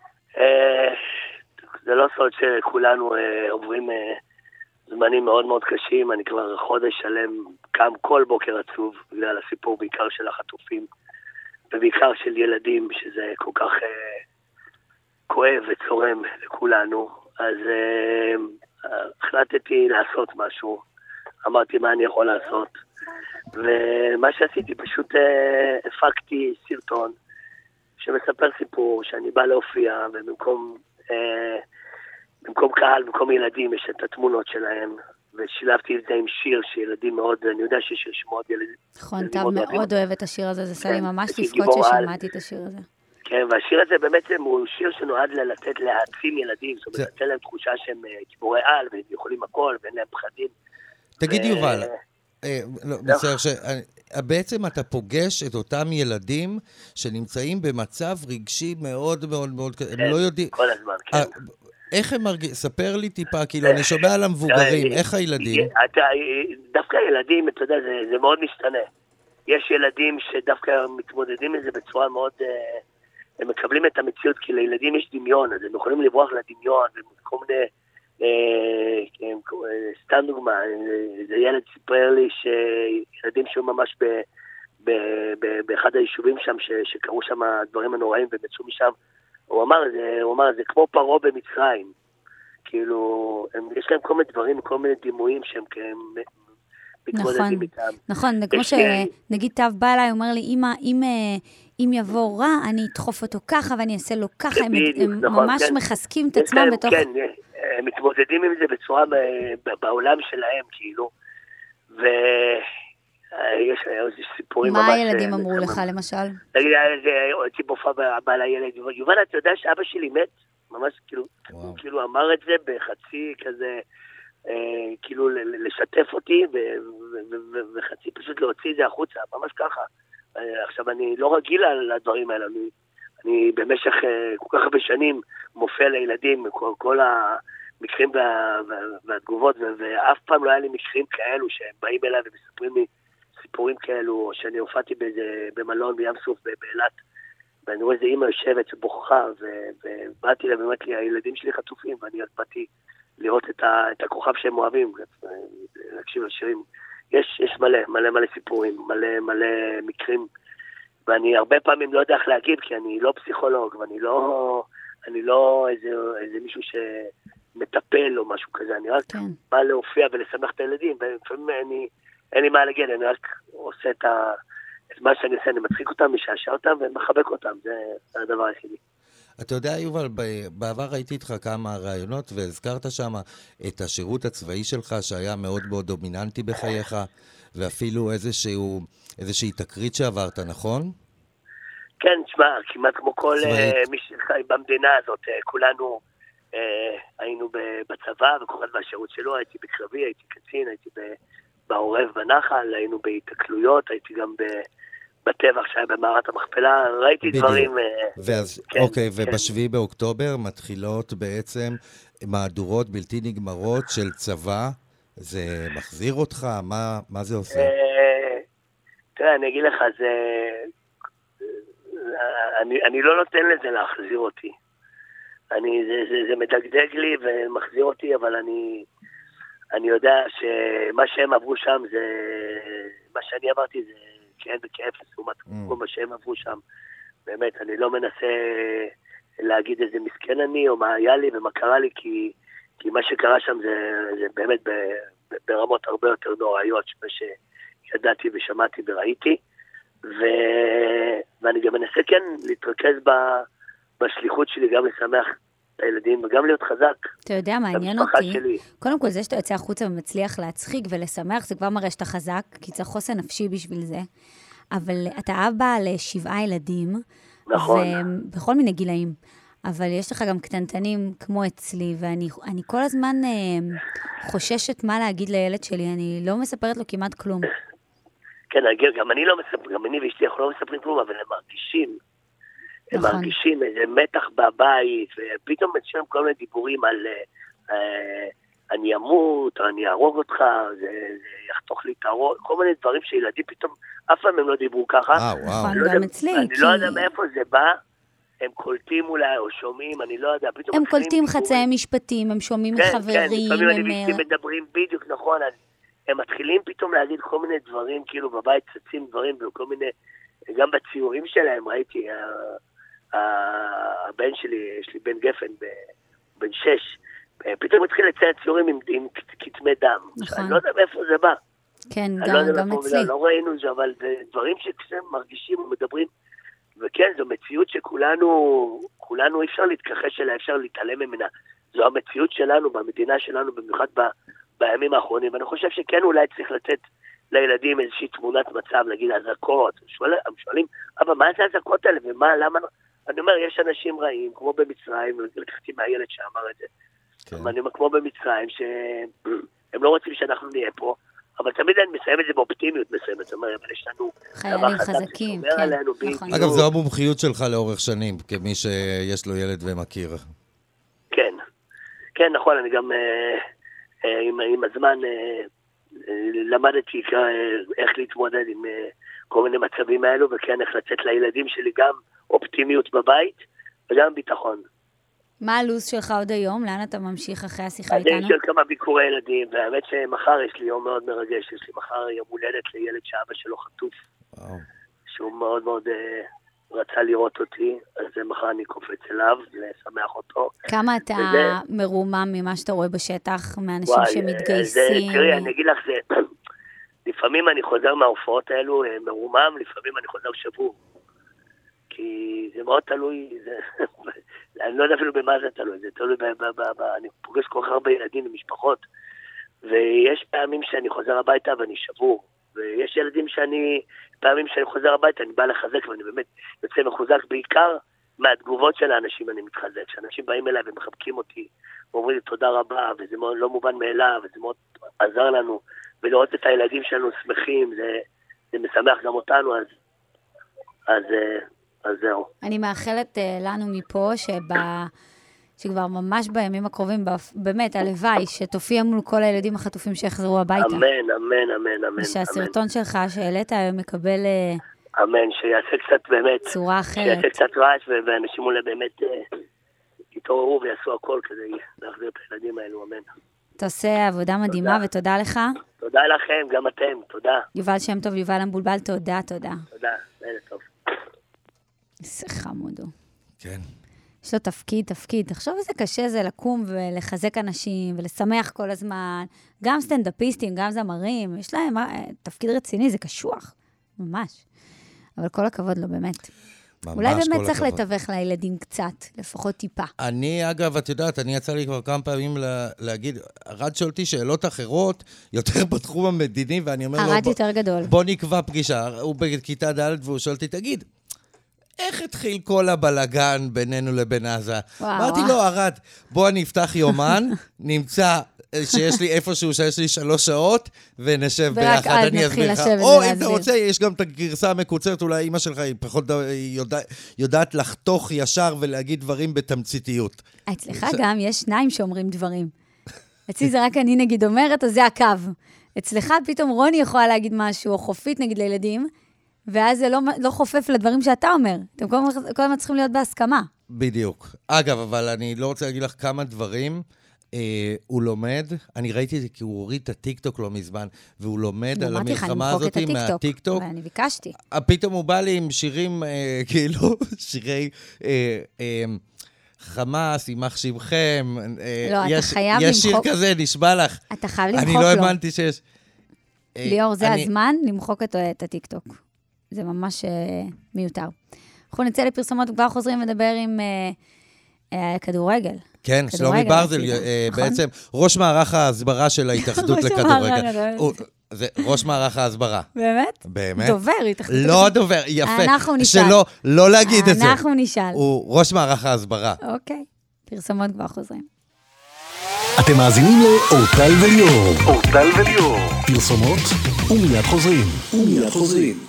זה לא סוד שכולנו עוברים זמנים מאוד מאוד קשים, אני כבר חודש שלם קם כל בוקר עצוב, בגלל הסיפור בעיקר של החטופים, ובעיקר של ילדים, שזה כל כך כואב וצורם לכולנו. אז החלטתי לעשות משהו, אמרתי מה אני יכול לעשות, ומה שעשיתי, פשוט הפקתי סרטון שמספר סיפור שאני בא להופיע, ובמקום קהל, במקום ילדים, יש את התמונות שלהם, ושילבתי את זה עם שיר שילדים מאוד, אני יודע שיש שיר שמאוד ילדים. נכון, אתה מאוד אוהב את השיר הזה, זה עשה לי ממש לבכות ששמעתי את השיר הזה. כן, והשיר הזה באמת הוא שיר שנועד להעצים ילדים, זאת אומרת, לתת להם תחושה שהם גיבורי על, והם יכולים הכל, ואין להם פחדים. תגיד יובל, בסדר שבעצם אתה פוגש את אותם ילדים שנמצאים במצב רגשי מאוד מאוד מאוד, הם לא יודעים. כל הזמן, כן. איך הם מרגישים? ספר לי טיפה, כאילו אני שומע על המבוגרים, איך הילדים? דווקא ילדים, אתה יודע, זה מאוד משתנה. יש ילדים שדווקא מתמודדים עם זה בצורה מאוד, הם מקבלים את המציאות, כי לילדים יש דמיון, אז הם יכולים לברוח לדמיון, וכל מיני, סתם דוגמה, זה ילד סיפר לי שילדים שהיו ממש באחד היישובים שם, שקראו שם הדברים הנוראים ומצאו משם, הוא אמר, זה כמו פרעה במצרים. כאילו, יש להם כל מיני דברים, כל מיני דימויים שהם מתמודדים איתם. נכון, כמו שנגיד תו בא אליי, הוא אומר לי, אם יבוא רע, אני אדחוף אותו ככה ואני אעשה לו ככה, הם ממש מחזקים את עצמם בתוך... כן, הם מתמודדים עם זה בצורה בעולם שלהם, כאילו, יש סיפורים ממש... מה הילדים אמרו לך, למשל? נגיד, הייתי בופה בעל הילד, יובל, אתה יודע שאבא שלי מת? ממש, כאילו, אמר את זה בחצי כזה, כאילו, לשתף אותי, וחצי פשוט להוציא את זה החוצה, ממש ככה. עכשיו, אני לא רגיל על הדברים האלה, אני במשך כל כך הרבה שנים מופיע לילדים, כל המקרים והתגובות, ואף פעם לא היה לי מקרים כאלו שהם באים אליי ומספרים לי סיפורים כאלו, או שאני הופעתי במלון בים סוף באילת, ואני רואה איזה אמא יושבת ובוכה, ובאתי לה באמת לי, הילדים שלי חטופים, ואני באתי לראות את הכוכב שהם אוהבים, להקשיב לשירים. יש מלא סיפורים, מלא מקרים, ואני הרבה פעמים לא יודע איך להגיב, כי אני לא פסיכולוג, ואני לא איזה מישהו שמטפל או משהו כזה, אני רק בא להופיע ולשמח את הילדים, ולפעמים אין לי מה להגיד, אני רק עושה את מה שאני עושה, אני מצחיק אותם, משעשע אותם ומחבק אותם, זה הדבר היחידי. אתה יודע, יובל, בעבר ראיתי איתך כמה רעיונות, והזכרת שם את השירות הצבאי שלך, שהיה מאוד מאוד דומיננטי בחייך, ואפילו איזושהי תקרית שעברת, נכון? כן, תשמע, כמעט כמו כל מי שחי במדינה הזאת, כולנו היינו בצבא, וכל אחד מהשירות שלו, הייתי בקרבי, הייתי קצין, הייתי בעורב בנחל, היינו בהתקלויות, הייתי גם בטבח שהיה במערת המכפלה, ראיתי דברים... אוקיי, ובשביעי באוקטובר מתחילות בעצם מהדורות בלתי נגמרות של צבא, זה מחזיר אותך? מה זה עושה? תראה, אני אגיד לך, אני לא נותן לזה להחזיר אותי. זה מדגדג לי ומחזיר אותי, אבל אני יודע שמה שהם עברו שם, מה שאני עברתי זה כאין וכאפס, כל מה שהם עברו שם. באמת, אני לא מנסה להגיד איזה מסכן אני, או מה היה לי ומה קרה לי, כי כי מה שקרה שם זה באמת ברמות הרבה יותר נוראיות, מה שידעתי ושמעתי וראיתי, ואני גם מנסה כן להתרכז בשליחות שלי, גם לשמח את הילדים וגם להיות חזק. אתה יודע, מעניין אותי. קודם כל, זה שאתה יוצא החוצה ומצליח להצחיק ולשמח, זה כבר מראה שאתה חזק, כי צריך חוסן נפשי בשביל זה. אבל אתה אבא ל7 ילדים, נכון. ובכל מיני גילאים. אבל יש לך גם קטנטנים כמו אצלי, ואני כל הזמן חוששת מה להגיד לילד שלי, אני לא מספרת לו כמעט כלום. כן, גם אני לא מספר, גם אני ואשתי אנחנו לא מספרים כלום, אבל הם מרגישים. הם מרגישים איזה מתח בבית, ופתאום יש כל מיני דיבורים על אני אמות, או אני ארוג אותך, זה יחתוך לי את הראש, כל מיני דברים שילדים פתאום, אף פעם הם לא דיברו ככה. גם אצלי. אני לא יודע מאיפה זה בא, הם קולטים אולי, או שומעים, אני לא יודע. הם קולטים חצאי משפטים, הם שומעים מחברים. כן, לפעמים אני מדברים בדיוק, נכון, הם מתחילים פתאום להגיד כל מיני דברים, כאילו בבית צצים דברים, וכל מיני, גם בציורים שלהם, ראיתי, הבן שלי, יש לי בן גפן, בן 6, פתאום התחיל לציין ציורים עם כתמי דם. נכון. אני לא יודע מאיפה זה בא. כן, גם אצלי. לא ראינו את זה, אבל זה דברים שכשהם מרגישים ומדברים, וכן, זו מציאות שכולנו אפשר להתכחש אליה, אפשר להתעלם ממנה. זו המציאות שלנו, במדינה שלנו, במיוחד בימים האחרונים. ואני חושב שכן אולי צריך לתת לילדים איזושהי תמונת מצב, להגיד אזעקות. הם שואלים, אבל מה זה האזעקות האלה? ומה, למה? אני אומר, יש אנשים רעים, כמו במצרים, לקחתי מהילד שאמר את זה. כן. אני אומר, כמו במצרים, שהם לא רוצים שאנחנו נהיה פה, אבל תמיד אני מסיים את זה באופטימיות מסוימת, זאת אומרת, אבל יש לנו חיילים חזקים, כן, נכון. אגב, זו המומחיות שלך לאורך שנים, כמי שיש לו ילד ומכיר. כן, כן, נכון, אני גם עם הזמן למדתי איך להתמודד עם כל מיני מצבים האלו, וכן, איך לצאת לילדים שלי גם אופטימיות בבית, וגם ביטחון. מה הלו"ז שלך עוד היום? לאן אתה ממשיך אחרי השיחה איתנו? אני של כמה ביקורי ילדים, והאמת שמחר יש לי יום מאוד מרגש, יש לי מחר יום הולדת לילד שאבא שלו חטוף, שהוא מאוד מאוד רצה לראות אותי, אז מחר אני קופץ אליו, לשמח אותו. כמה אתה מרומם ממה שאתה רואה בשטח, מאנשים שמתגייסים? תראי, אני אגיד לך, לפעמים אני חוזר מההופעות האלו מרומם, לפעמים אני חוזר שבור. כי זה מאוד תלוי, אני לא יודע אפילו במה זה תלוי, זה תלוי, אני פוגש כל כך הרבה ילדים ומשפחות, ויש פעמים שאני חוזר הביתה ואני שבור, ויש פעמים שאני חוזר הביתה, אני בא לחזק ואני באמת יוצא מחוזק, בעיקר מהתגובות של האנשים אני מתחזק, שאנשים באים אליי ומחבקים אותי, ואומרים לי תודה רבה, וזה מאוד לא מובן מאליו, וזה מאוד עזר לנו, ולראות את הילדים שלנו שמחים, זה משמח גם אותנו, אז זהו. אני מאחלת לנו מפה שכבר ממש בימים הקרובים, באמת, הלוואי, שתופיע מול כל הילדים החטופים שיחזרו הביתה. אמן, אמן, אמן, אמן. ושהסרטון שלך שהעלית היום מקבל אמן, שיעשה קצת באמת, צורה אחרת. שיעשה קצת רעש, ואנשים אולי באמת יתעוררו ויעשו הכל כדי להחזיר את הילדים האלו, אמן. אתה עושה עבודה מדהימה ותודה לך. תודה לכם, גם אתם, תודה. יובל שם טוב, יובל המבולבל, תודה. תודה, לילה טוב. איזה חמודו. כן. יש לו תפקיד. תחשוב איזה קשה זה לקום ולחזק אנשים ולשמח כל הזמן. גם סטנדאפיסטים, גם זמרים, יש להם תפקיד רציני, זה קשוח. ממש. אבל כל הכבוד לו, באמת. אולי באמת צריך לתווך לילדים קצת, לפחות טיפה. אני, אגב, את יודעת, אני יצא לי כבר כמה פעמים להגיד, הרד שואלתי שאלות אחרות, יותר בתחום המדיני, ואני אומר לו, הרד יותר גדול. בוא נקבע פגישה. הוא בכיתה ד' והוא שואל אותי, תגיד, איך התחיל כל הבלגן בינינו לבין עזה? אמרתי לו, הרד, בוא אני אפתח יומן, נמצא שיש לי איפשהו שיש לי 3 שעות, ונשב ביחד, אני אסביר לך. או אם אתה רוצה, יש גם את הגרסה המקוצרת, אולי אמא שלך היא פחות יודעת לחתוך ישר ולהגיד דברים בתמציתיות. אצלך גם יש 2 שאומרים דברים. אצלי זה רק אני נגיד אומרת, אז זה הקו. אצלך פתאום רוני יכולה להגיד משהו, או חופית נגיד לילדים, ואז זה לא חופף לדברים שאתה אומר. אתם כל הזמן צריכים להיות בהסכמה. בדיוק. אגב, אבל אני לא רוצה להגיד לך כמה דברים. הוא לומד, אני ראיתי את זה כי הוא הוריד את הטיקטוק לא מזמן, והוא לומד על המלחמה הזאת מהטיקטוק. ואני ביקשתי. פתאום הוא בא לי עם שירים, כאילו, שירי חמאס, יימח שמכם. לא, אתה חייב למחוק. יש שיר כזה, נשבע לך. אתה חייב למחוק אני לו. לא האמנתי שיש... ליאור, זה הזמן למחוק את הטיקטוק. זה ממש מיותר. אנחנו נצא לפרסומות וכבר חוזרים לדבר עם כדורגל. כן, שלומי ברזל, בעצם ראש מערך ההסברה של ההתאחדות לכדורגל. זה ראש מערך ההסברה. באמת? באמת. דובר, התאחדות. לא דובר, יפה. אנחנו נשאל. לא להגיד את זה. אנחנו נשאל. הוא ראש מערך ההסברה. אוקיי, פרסומות כבר חוזרים. אתם מאזינים לאורטל וליאור. אורטל וליאור. פרסומות ומיד חוזרים.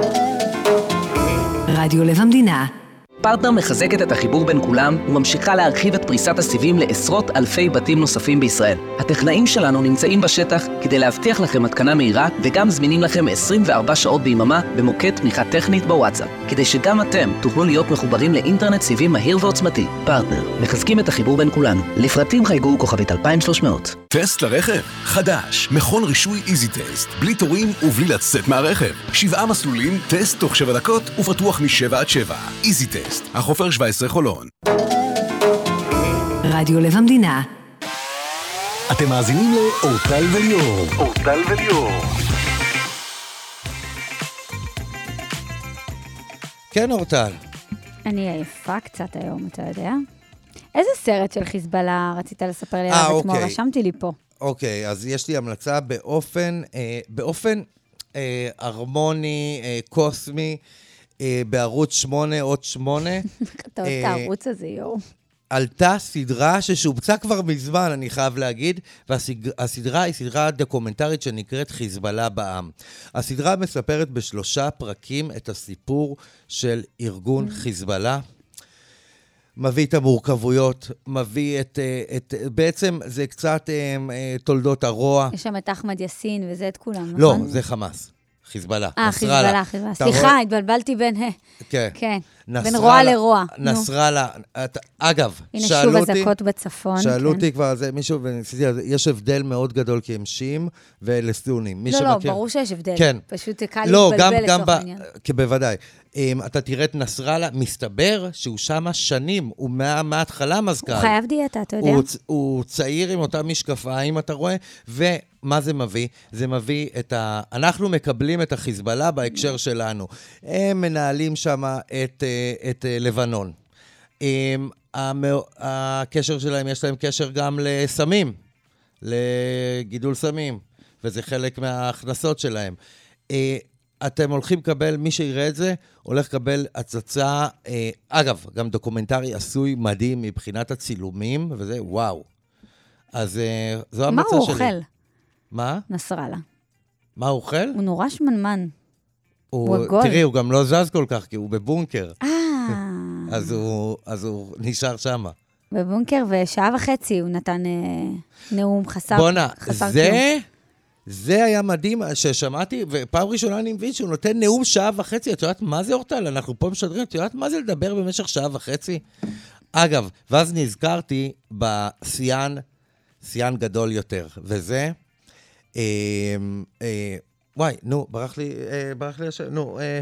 רדיו לב המדינה. פרטנר מחזקת את החיבור בין כולם וממשיכה להרחיב את פריסת הסיבים לעשרות אלפי בתים נוספים בישראל. הטכנאים שלנו נמצאים בשטח כדי להבטיח לכם התקנה מהירה וגם זמינים לכם 24 שעות ביממה במוקד תמיכה טכנית בוואטסאפ, כדי שגם אתם תוכלו להיות מחוברים לאינטרנט סיבים מהיר ועוצמתי. פרטנר, מחזקים את החיבור בין כולנו. לפרטים חייגו כוכבית 2300. טסט לרכב חדש, מכון רישוי איזי טסט, בלי תורים ובלי לצאת מהרכב. 7 מסלולים, טסט תוך 7 דקות ופתוח מ7 עד 7. איזי טסט, החופר 17 חולון. רדיו לב המדינה. אתם מאזינים לאורטל וליאור. אורטל וליאור. כן, אורטל. אני עייפה קצת היום, אתה יודע? איזה סרט של חיזבאללה רצית לספר לי עליו אתמול? רשמתי לי פה. אוקיי, אז יש לי המלצה באופן הרמוני, קוסמי, בערוץ 8 עוד 8. אתה אוהב את הערוץ הזה, יואו. עלתה סדרה ששובצה כבר מזמן, אני חייב להגיד, והסדרה היא סדרה דוקומנטרית שנקראת חיזבאללה בעם. הסדרה מספרת ב3 פרקים את הסיפור של ארגון חיזבאללה, מביא את המורכבויות, מביא את בעצם זה קצת תולדות הרוע. יש שם את אחמד יאסין וזה את כולם, נכון? לא, זה חמאס. חיזבאללה. חיזבאללה. סליחה, התבלבלתי בין כן. בין רוע לרוע. נסראללה. אגב, הנה שוב הזקות בצפון. שאלו אותי כבר, מישהו, יש הבדל מאוד גדול כי הם שיעים ואלה סונים. לא, ברור שיש הבדל. כן. פשוט קל להתבלבל לתוך העניין. בוודאי. אתה תראה את נסראללה, מסתבר שהוא שם שנים, הוא מההתחלה מזכ"ל. הוא חייב דיאטה, אתה יודע. הוא צעיר עם אותם משקפיים, אתה רואה, ומה זה מביא? זה מביא אנחנו מקבלים את החיזבאללה בהקשר שלנו. הם מנהלים שם את לבנון. הקשר שלהם, יש להם קשר גם לסמים, לגידול סמים, וזה חלק מההכנסות שלהם. אתם הולכים לקבל, מי שיראה את זה, הולך לקבל הצצה, אגב, גם דוקומנטרי עשוי מדהים מבחינת הצילומים, וזה וואו. אז זו המצע שלי. מה הוא אוכל? מה? נסראללה. מה הוא אוכל? הוא נורא שמנמן. הוא עגול. תראי, הוא גם לא זז כל כך, כי הוא בבונקר. אז הוא נשאר שמה. בבונקר, ושעה וחצי הוא נתן נאום חסר בונה, כלום. זה היה מדהים ששמעתי, ופעם ראשונה אני מבין שהוא נותן נאום שעה וחצי. את יודעת מה זה אורטל? אנחנו פה משדרים, את יודעת מה זה לדבר במשך שעה וחצי? אגב, ואז נזכרתי בשיאן גדול יותר, וזה, וואי, נו, ברח לי השם,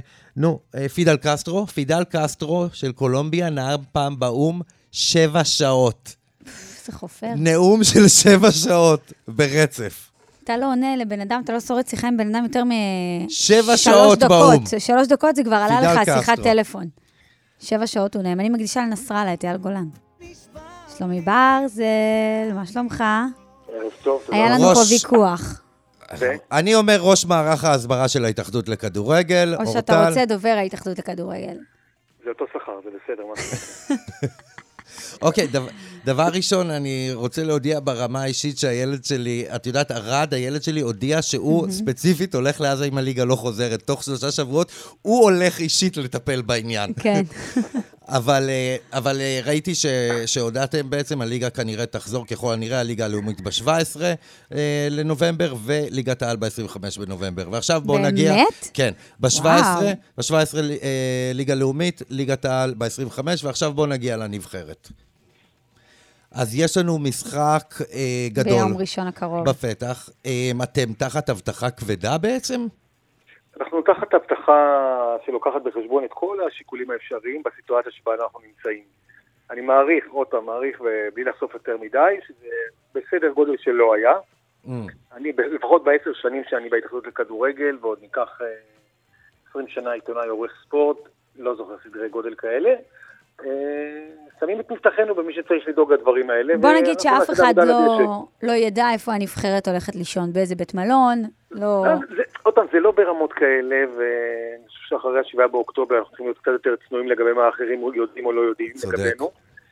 פידל קסטרו של קולומביה, נאם פעם באום 7 שעות. זה חופר. נאום של 7 שעות ברצף. אתה לא עונה לבן אדם, אתה לא שורד שיחה עם בן אדם יותר 7 שעות באום. 3 דקות זה כבר עלה לך שיחת טלפון. 7 שעות הוא נאם. אני מקדישה לנסראללה, את אייל גולן. שלומי ברזל, מה שלומך? היה לנו פה ויכוח. אני אומר ראש מערך ההסברה של ההתאחדות לכדורגל. או שאתה רוצה דובר ההתאחדות לכדורגל. זה אותו שכר, זה בסדר, מה זה? אוקיי, דבר ראשון, אני רוצה להודיע ברמה האישית שהילד שלי, את יודעת, ארד, הילד שלי הודיע שהוא ספציפית הולך לעזה אם הליגה לא חוזרת. תוך 3 שבועות, הוא הולך אישית לטפל בעניין. כן. אבל ראיתי שהודעתם בעצם, הליגה כנראה תחזור ככל הנראה, הליגה הלאומית ב-17 לנובמבר, וליגת העל ב-25 בנובמבר. ועכשיו בואו נגיע... באמת? כן. ב-17 ליגה לאומית, ליגת העל ב-25, ועכשיו בואו נגיע לנבחרת. אז יש לנו משחק גדול. ביום ראשון הקרוב. בפתח. אתם תחת הבטחה כבדה בעצם? אנחנו תחת הבטחה שלוקחת בחשבון את כל השיקולים האפשריים בסיטואציה שבה אנחנו נמצאים. אני מעריך, עוד פעם, מעריך ובלי לחשוף יותר מדי, שזה בסדר גודל שלא היה. אני, לפחות ב10 שנים שאני בהתאחדות לכדורגל, ועוד ניקח 20 שנה עיתונאי עורך ספורט, לא זוכר סדרי גודל כאלה, שמים את מבטחנו במי שצריך לדאוג לדברים האלה. בוא נגיד שאף אחד לא ידע איפה הנבחרת הולכת לישון, באיזה בית מלון, לא... עוד פעם, זה לא ברמות כאלה, ואני חושב שאחרי 7 באוקטובר אנחנו צריכים להיות קצת יותר צנועים לגבי מה האחרים יודעים או לא יודעים לגבינו.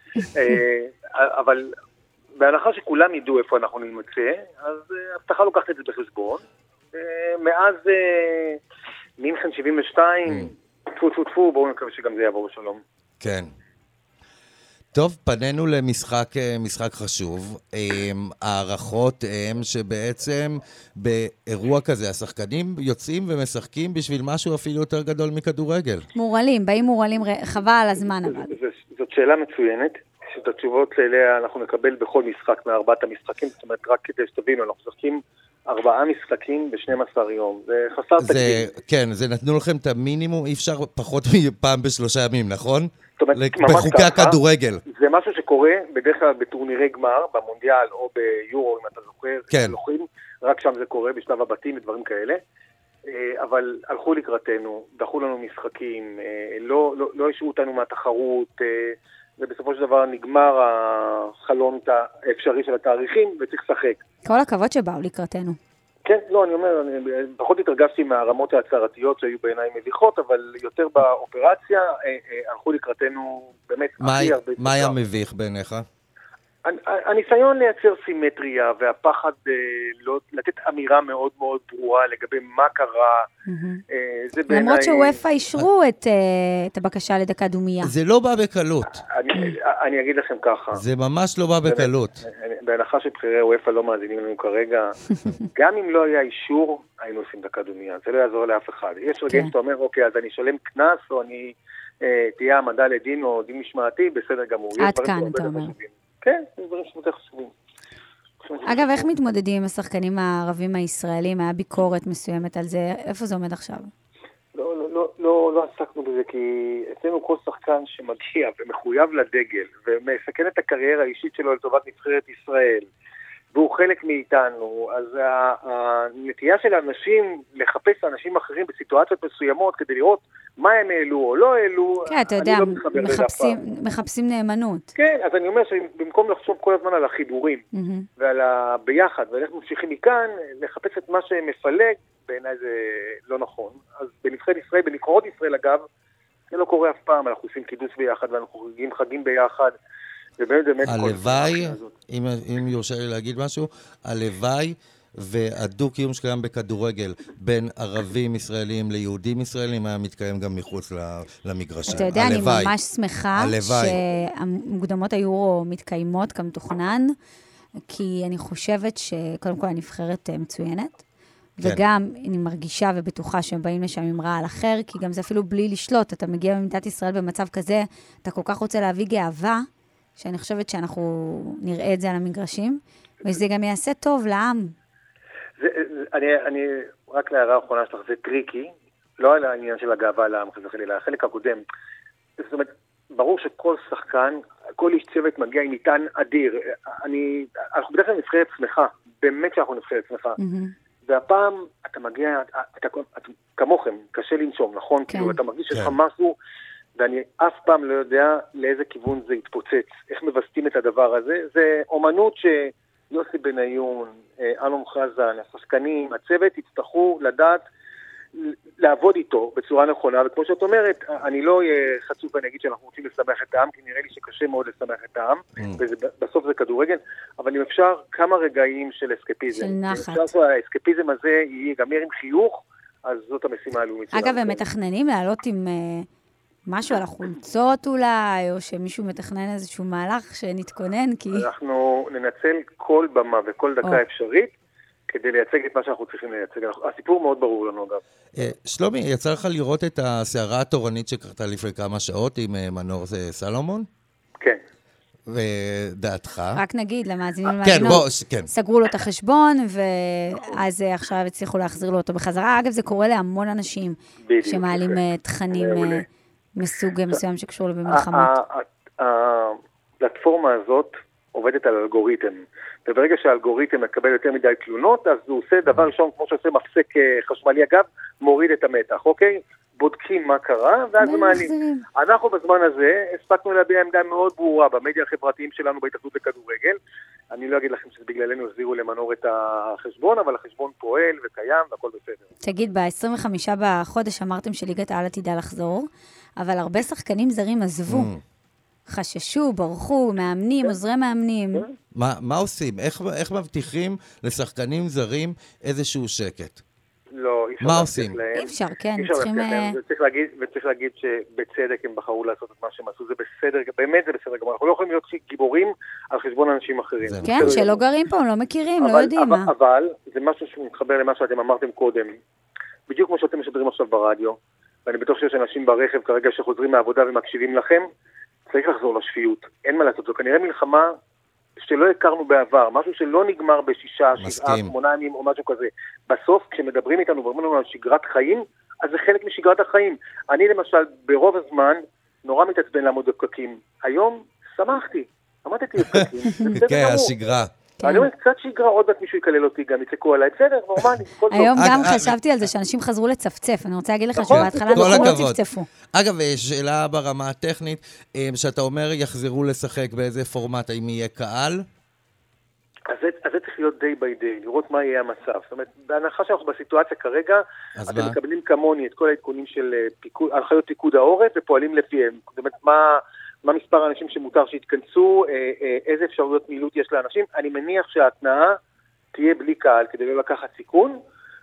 אבל בהנחה שכולם ידעו איפה אנחנו נמצא, אז הבטחה לוקחת את זה בחשבון. מאז מינכן 72, טפו, בואו נקווה שגם זה יעבור בשלום. כן. טוב, פנינו למשחק חשוב. הערכות הם שבעצם באירוע כזה, השחקנים יוצאים ומשחקים בשביל משהו אפילו יותר גדול מכדורגל. מורלים, באים מורלים, חבל על הזמן אבל. זאת שאלה מצוינת, שאת התשובות אליה אנחנו נקבל בכל משחק מארבעת המשחקים, זאת אומרת, רק כדי שתבינו, אנחנו משחקים 4 משחקים ב12 יום. זה חסר תקדים. כן, זה נתנו לכם את המינימום, אי אפשר פחות מפעם ב3 ימים, נכון? בחוקי הכדורגל. זה משהו שקורה בדרך כלל בטורנירי גמר, במונדיאל או ביורו, אם אתה זוכר, כן. רק שם זה קורה, בשלב הבתים ודברים כאלה. אבל הלכו לקראתנו, דחו לנו משחקים, לא השאו אותנו מהתחרות, ובסופו של דבר נגמר החלון האפשרי של התאריכים, וצריך לשחק. כל הכבוד שבאו לקראתנו. כן, לא, אני אומר, אני פחות התרגשתי מהרמות ההצהרתיות שהיו בעיניים מביכות, אבל יותר באופרציה הלכו לקראתנו באמת הכי הרבה. מה היה מביך בעיניך? הניסיון לייצר סימטריה והפחד לתת אמירה מאוד מאוד ברורה לגבי מה קרה. למרות שוופא אישרו את הבקשה לדקה דומייה. זה לא בא בקלות. אני אגיד לכם ככה. זה ממש לא בא בקלות. בהנחה שבחירי וופא לא מאזינים לנו כרגע, גם אם לא היה אישור, היינו עושים דקה דומייה. זה לא יעזור לאף אחד. יש רגעים שאתה אומר, אוקיי, אז אני אשלם קנס, או אני תהיה העמדה לדין או דין משמעתי, בסדר גמור. עד כאן, אתה אומר. כן, זה דברים שיותר חשובים. אגב, איך מתמודדים עם השחקנים הערבים הישראלים? היה ביקורת מסוימת על זה. איפה זה עומד עכשיו? לא עסקנו בזה, כי אצלנו כל שחקן שמגיע ומחויב לדגל, ומסכן את הקריירה האישית שלו לטובת נבחרת ישראל, והוא חלק מאיתנו, אז הנטייה של האנשים לחפש אנשים אחרים בסיטואציות מסוימות, כדי לראות מה הם העלו או לא העלו, כן, אתה יודע, מחפשים נאמנות. כן, אז אני אומר שבמקום לחשוב כל הזמן על החיבורים, ועל הביחד, ואנחנו ממשיכים מכאן, לחפש את מה שמפלג, בעיניי זה לא נכון. אז בנבחרת ישראל, בנבחרות ישראל אגב, זה לא קורה אף פעם, אנחנו עושים קידוש ביחד, ואנחנו חגים ביחד, הלוואי, אם יורשה לי להגיד משהו, הלוואי והדו-קיום שקיים בכדורגל בין ערבים ישראלים ליהודים ישראלים היה מתקיים גם מחוץ למגרשים. אתה יודע, אני ממש שמחה שהמוקדמות היורו מתקיימות כמתוכנן, כי אני חושבת שקודם כל הנבחרת מצוינת, וגם אני מרגישה ובטוחה שהם באים לשם עם רעל אחר, כי גם זה אפילו בלי לשלוט, אתה מגיע במדינת ישראל במצב כזה, אתה כל כך רוצה להביא גאווה, שאני חושבת שאנחנו נראה את זה על המגרשים, וזה גם יעשה טוב לעם. אני רק להערה האחרונה שלך, זה טריקי, לא על העניין של הגאווה לעם, אלא החלק הקודם. זאת אומרת, ברור שכל שחקן, כל איש צוות מגיע עם מטען אדיר. אנחנו בדרך כלל נבחרת שמחה, באמת שאנחנו נבחרת שמחה. והפעם אתה מגיע, כמוכם, קשה לנשום, נכון? כאילו אתה מרגיש שיש לך משהו, ואני אף פעם לא יודע לאיזה כיוון זה יתפוצץ, איך מבסטים את הדבר הזה. זה אומנות שיוסי בניון, אלון חזן, השחקנים, הצוות יצטרכו לדעת לעבוד איתו בצורה נכונה, וכמו שאת אומרת, אני לא חצוף ואני אגיד שאנחנו רוצים לשמח את העם, כי נראה לי שקשה מאוד לשמח את העם, ובסוף זה כדורגל, אבל אם אפשר כמה רגעים של אסקפיזם. של נחת. אם אפשר האסקפיזם הזה ייגמר עם חיוך, אז זאת המשימה הלאומית. אגב, הם מתכננים לעלות עם משהו על החולצות אולי, או שמישהו מתכנן איזשהו מהלך שנתכונן, כי... אנחנו ננצל כל במה וכל דקה אפשרית, כדי לייצג את מה שאנחנו צריכים לייצג. הסיפור מאוד ברור לנו, אגב. שלומי, יצא לך לראות את הסערה התורנית שקרתה לפני כמה שעות עם מנור סלומון? כן. ודעתך? רק נגיד למאזינים למאזינות, סגרו לו את החשבון, ואז עכשיו הצליחו להחזיר לו אותו בחזרה. אגב, זה קורה להמון אנשים שמעלים תכנים מסוג מסוים שקשור במלחמות. הפלטפורמה הזאת עובדת על אלגוריתם, וברגע שהאלגוריתם מקבל יותר מדי תלונות, אז הוא עושה דבר ראשון, כמו שעושה מפסק חשמלי אגב, מוריד את המתח, אוקיי? בודקים מה קרה, ואז מעלים. אנחנו בזמן הזה הספקנו להביע עמדה מאוד ברורה במדיה החברתיים שלנו בהתאחדות לכדורגל. אני לא אגיד לכם שבגללנו החזירו למנור את החשבון, אבל החשבון פועל וקיים והכל בסדר. תגיד, ב-25 בחודש אמרתם שליגת העל עתידה לחזור, אבל הרבה שחקנים זרים עזבו. חששו, ברחו, מאמנים, עוזרי מאמנים. מה עושים? איך מבטיחים לשחקנים זרים איזשהו שקט? לא, אי אפשר. מה עושים? אי אפשר, כן. וצריך להגיד שבצדק הם בחרו לעשות את מה שהם עשו. זה בסדר, באמת זה בסדר. אנחנו לא יכולים להיות גיבורים על חשבון אנשים אחרים. כן, שלא גרים פה, לא מכירים, לא יודעים מה. אבל זה משהו שמתחבר למה שאתם אמרתם קודם. בדיוק כמו שאתם משדרים עכשיו ברדיו, ואני בטוח שיש אנשים ברכב כרגע שחוזרים מהעבודה ומקשיבים לכם, צריך לחזור לשפיות. אין מה לעשות. זו כנראה מלחמה שלא הכרנו בעבר, משהו שלא נגמר בשישה, 7, 8 ימים או משהו כזה. בסוף, כשמדברים איתנו ואומרים לנו על שגרת חיים, אז זה חלק משגרת החיים. אני למשל, ברוב הזמן, נורא מתעצבן לעמוד בפקקים. היום, שמחתי. עמדתי בפקקים. כן, השגרה. אני אומר, קצת שגרה, עוד מעט מישהו יקלל אותי, גם יצקו עליי, בסדר, נורמלי. היום גם חשבתי על זה שאנשים חזרו לצפצף, אני רוצה להגיד לך שבהתחלה אנשים לא צפצפו. אגב, שאלה ברמה הטכנית, שאתה אומר יחזרו לשחק באיזה פורמט, האם יהיה קהל? אז זה צריך להיות day by day, לראות מה יהיה המצב. זאת אומרת, בהנחה שאנחנו בסיטואציה כרגע, אתם מקבלים כמוני את כל העדכונים של הנחיות פיקוד העורף, ופועלים לפיהם. זאת אומרת, מה מספר האנשים שמותר שיתכנסו, איזה אפשרויות מילוט יש לאנשים. אני מניח שההתנאה תהיה בלי קהל, כדי לא לקחת סיכון,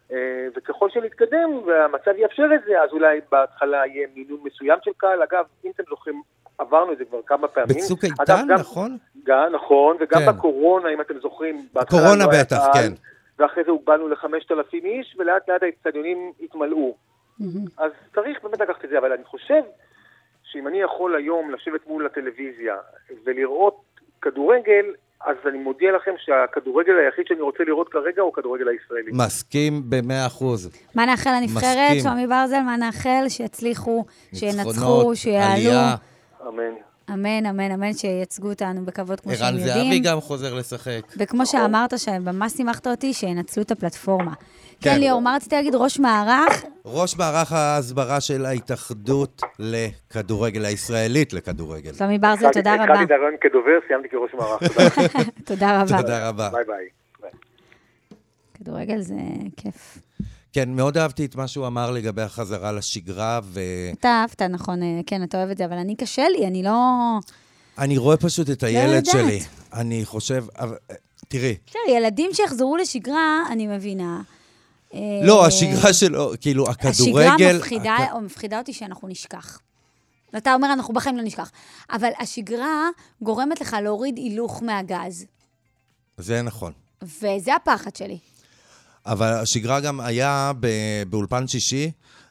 וככל שנתקדם, והמצב יאפשר את זה, אז אולי בהתחלה יהיה מינון מסוים של קהל. אגב, אם אתם זוכרים, עברנו את זה כבר כמה פעמים. בצוק איתן, נכון? נכון, וגם בקורונה, אם אתם זוכרים, קורונה בטח, כן. ואחרי זה הוגבלנו ל5,000 איש, ולאט לאט האצטדיונים התמלאו. אז צריך באמת לקחת את זה, אבל אני חושב שאם אני יכול היום לשבת מול הטלוויזיה ולראות כדורגל, אז אני מודיע לכם שהכדורגל היחיד שאני רוצה לראות כרגע הוא הכדורגל הישראלי. מסכים ב100%. מה נאחל לנבחרת, שלומי ברזל? מה נאחל? שיצליחו, שינצחו, שיעלו. אמן. אמן, אמן, אמן, שייצגו אותנו בכבוד כמו שהם יודעים. ערן זהבי גם חוזר לשחק. וכמו שאמרת, שממש שימחת אותי, שינצלו את הפלטפורמה. כן, ליאור, מה רציתי להגיד? ראש מערך? ראש מערך ההסברה של ההתאחדות לכדורגל, הישראלית לכדורגל. שלומי ברזל, תודה רבה. התחלתי דרון כדובר, סיימתי כראש מערך. תודה רבה. תודה רבה. ביי ביי. כדורגל זה כיף. כן, מאוד אהבתי את מה שהוא אמר לגבי החזרה לשגרה אתה אהבת, נכון, כן, אתה אוהב את זה, אבל אני קשה לי, אני לא... אני רואה פשוט את הילד שלי. אני חושב... תראי. ילדים שיחזרו לשגרה, אני מבינה. לא, השגרה שלו, כאילו, הכדורגל... השגרה מפחידה אותי שאנחנו נשכח. אתה אומר, אנחנו בחיים לא נשכח. אבל השגרה גורמת לך להוריד הילוך מהגז. זה נכון. וזה הפחד שלי. אבל השגרה גם היה באולפן שישי,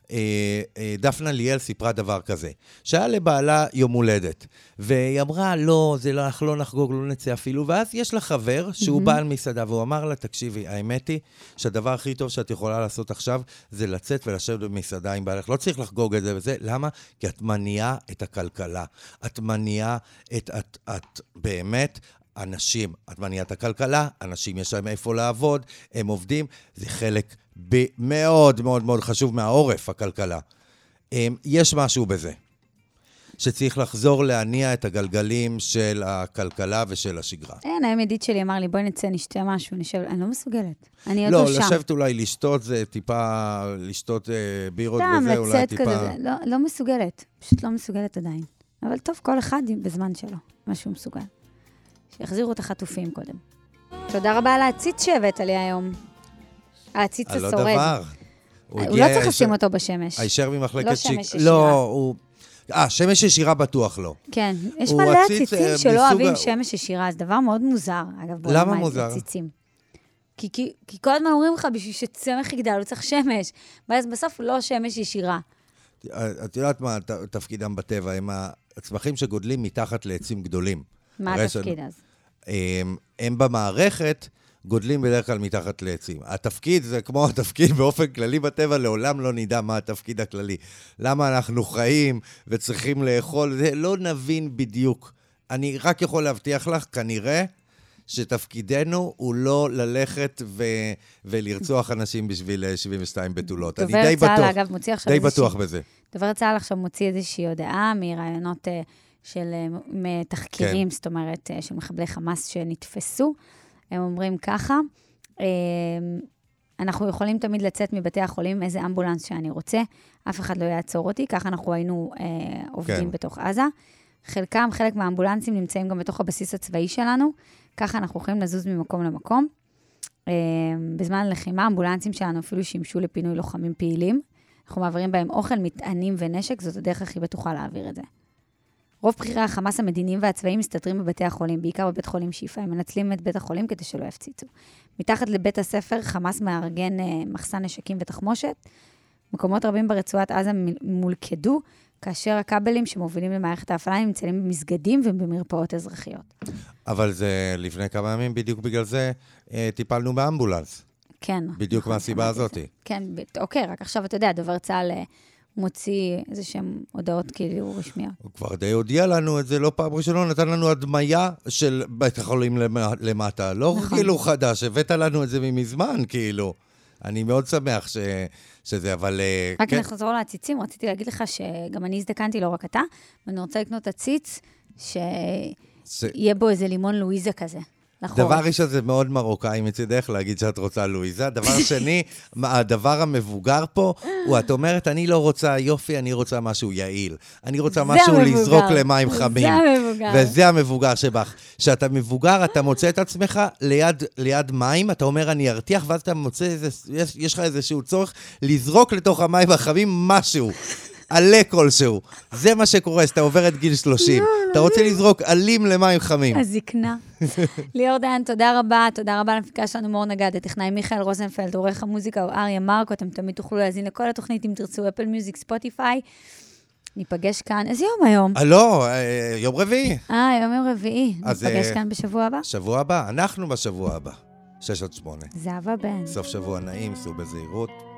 דפנה ליאל סיפרה דבר כזה, שהיה לבעלה יום הולדת, והיא אמרה, לא, זה לא, אנחנו לא נחגוג, לא נצא אפילו, ואז יש לה חבר שהוא בעל מסעדה, והוא אמר לה, תקשיבי, האמת היא שהדבר הכי טוב שאת יכולה לעשות עכשיו, זה לצאת ולשבת במסעדה עם בעלך, לא צריך לחגוג את זה וזה, למה? כי את מניעה את הכלכלה, את מניעה את באמת... אנשים, את מניעה את הכלכלה, אנשים יש להם איפה לעבוד, הם עובדים, זה חלק מאוד מאוד מאוד חשוב מהעורף, הכלכלה. יש משהו בזה, שצריך לחזור להניע את הגלגלים של הכלכלה ושל השגרה. אין, היום ידיד שלי אמר לי, בואי נצא, נשתה משהו, נשב, אני לא מסוגלת. אני עוד לא שם. לא, לשבת אולי לשתות, זה טיפה, לשתות בירות וזה, אולי טיפה... כזה, לא מסוגלת, פשוט לא מסוגלת עדיין. אבל טוב, כל אחד בזמן שלו, משהו מסוגל. שיחזירו את החטופים קודם. תודה רבה על העציץ שהבאת לי היום. העציץ השורד. על לא דבר. הוא לא צריך לשים אותו בשמש. הישר ממחלקת לא שמש ישירה. לא, הוא... שמש ישירה בטוח לא. כן, יש מלא עציצים שלא אוהבים שמש ישירה, זה דבר מאוד מוזר. אגב, למה מוזר? כי כל הזמן אומרים לך, בשביל שצמח יגדל, הוא צריך שמש. ואז בסוף לא שמש ישירה. את יודעת מה תפקידם בטבע? הם הצמחים שגודלים מתחת לעצים גדולים. מה התפקיד אז? הם במערכת גודלים בדרך כלל מתחת לעצים. התפקיד זה כמו התפקיד באופן כללי בטבע, לעולם לא נדע מה התפקיד הכללי. למה אנחנו חיים וצריכים לאכול, זה לא נבין בדיוק אני רק יכול להבטיח לך, כנראה, שתפקידנו הוא לא ללכת ולרצוח אנשים בשביל 72 בתולות. אני די בטוח. אגב, מוציא עכשיו די בטוח בזה. דובר צה"ל עכשיו מוציא איזושהי הודעה מרעיונות של תחקירים, זאת אומרת, של מחבלי חמאס שנתפסו. הם אומרים ככה, אנחנו יכולים תמיד לצאת מבתי החולים איזה אמבולנס שאני רוצה, אף אחד לא יעצור אותי, ככה אנחנו היינו עובדים בתוך עזה. חלק מהאמבולנסים נמצאים גם בתוך הבסיס הצבאי שלנו, ככה אנחנו יכולים לזוז ממקום למקום. בזמן הלחימה, האמבולנסים שלנו אפילו שימשו לפינוי לוחמים פעילים. אנחנו מעבירים בהם אוכל, מטענים ונשק, זאת הדרך הכי בטוחה להעביר את זה. רוב בחירי החמאס המדיניים והצבאיים מסתתרים בבתי החולים, בעיקר בבית חולים שיפה. הם מנצלים את בית החולים כדי שלא יפציצו. מתחת לבית הספר, חמאס מארגן מחסן נשקים ותחמושת. מקומות רבים ברצועת עזה מולכדו, כאשר הכבלים שמובילים למערכת ההפעלה נמצאים במסגדים ובמרפאות אזרחיות. אבל זה לפני כמה ימים, בדיוק בגלל זה, טיפלנו באמבולנס. כן. בדיוק מהסיבה הזאת. כן, אוקיי, רק עכשיו אתה יודע, דובר צה"ל מוציא איזה שהם הודעות כאילו רשמיות. הוא כבר די הודיע לנו את זה, לא פעם ראשונה, נתן לנו הדמיה של בית החולים למטה. לא כאילו חדש, הבאת לנו את זה מזמן, כאילו. אני מאוד שמח שזה, אבל... רק נחזור לעציצים, רציתי להגיד לך שגם אני הזדקנתי, לא רק אתה, ואני רוצה לקנות עציץ שיהיה בו איזה לימון לואיזה כזה. דבר ראשון, זה מאוד מרוקאי מצדך להגיד שאת רוצה לואיזה. דבר שני, הדבר המבוגר פה, הוא, את אומרת, אני לא רוצה יופי, אני רוצה משהו יעיל. אני רוצה משהו לזרוק למים חמים. זה המבוגר. וזה המבוגר שבך. כשאתה מבוגר, אתה מוצא את עצמך ליד מים, אתה אומר, אני ארתיח, ואז אתה מוצא, יש לך איזשהו צורך לזרוק לתוך המים החמים משהו. עלה כלשהו. זה מה שקורה, שאתה עובר את גיל 30. אתה רוצה לזרוק עלים למים חמים. הזקנה. ליאור דיין, תודה רבה. תודה רבה למפיקה שלנו מור נגד, הטכנאי מיכאל רוזנפלד, עורך המוזיקה הוא אריה מרקו. אתם תמיד תוכלו להזין לכל התוכנית אם תרצו, אפל מיוזיק, ספוטיפיי. ניפגש כאן. איזה יום היום? לא, יום רביעי. יום רביעי. ניפגש כאן בשבוע הבא? שבוע הבא. אנחנו בשבוע הבא. 6-8. זהבה בן. סוף שבוע נעים, סעו בזהירות.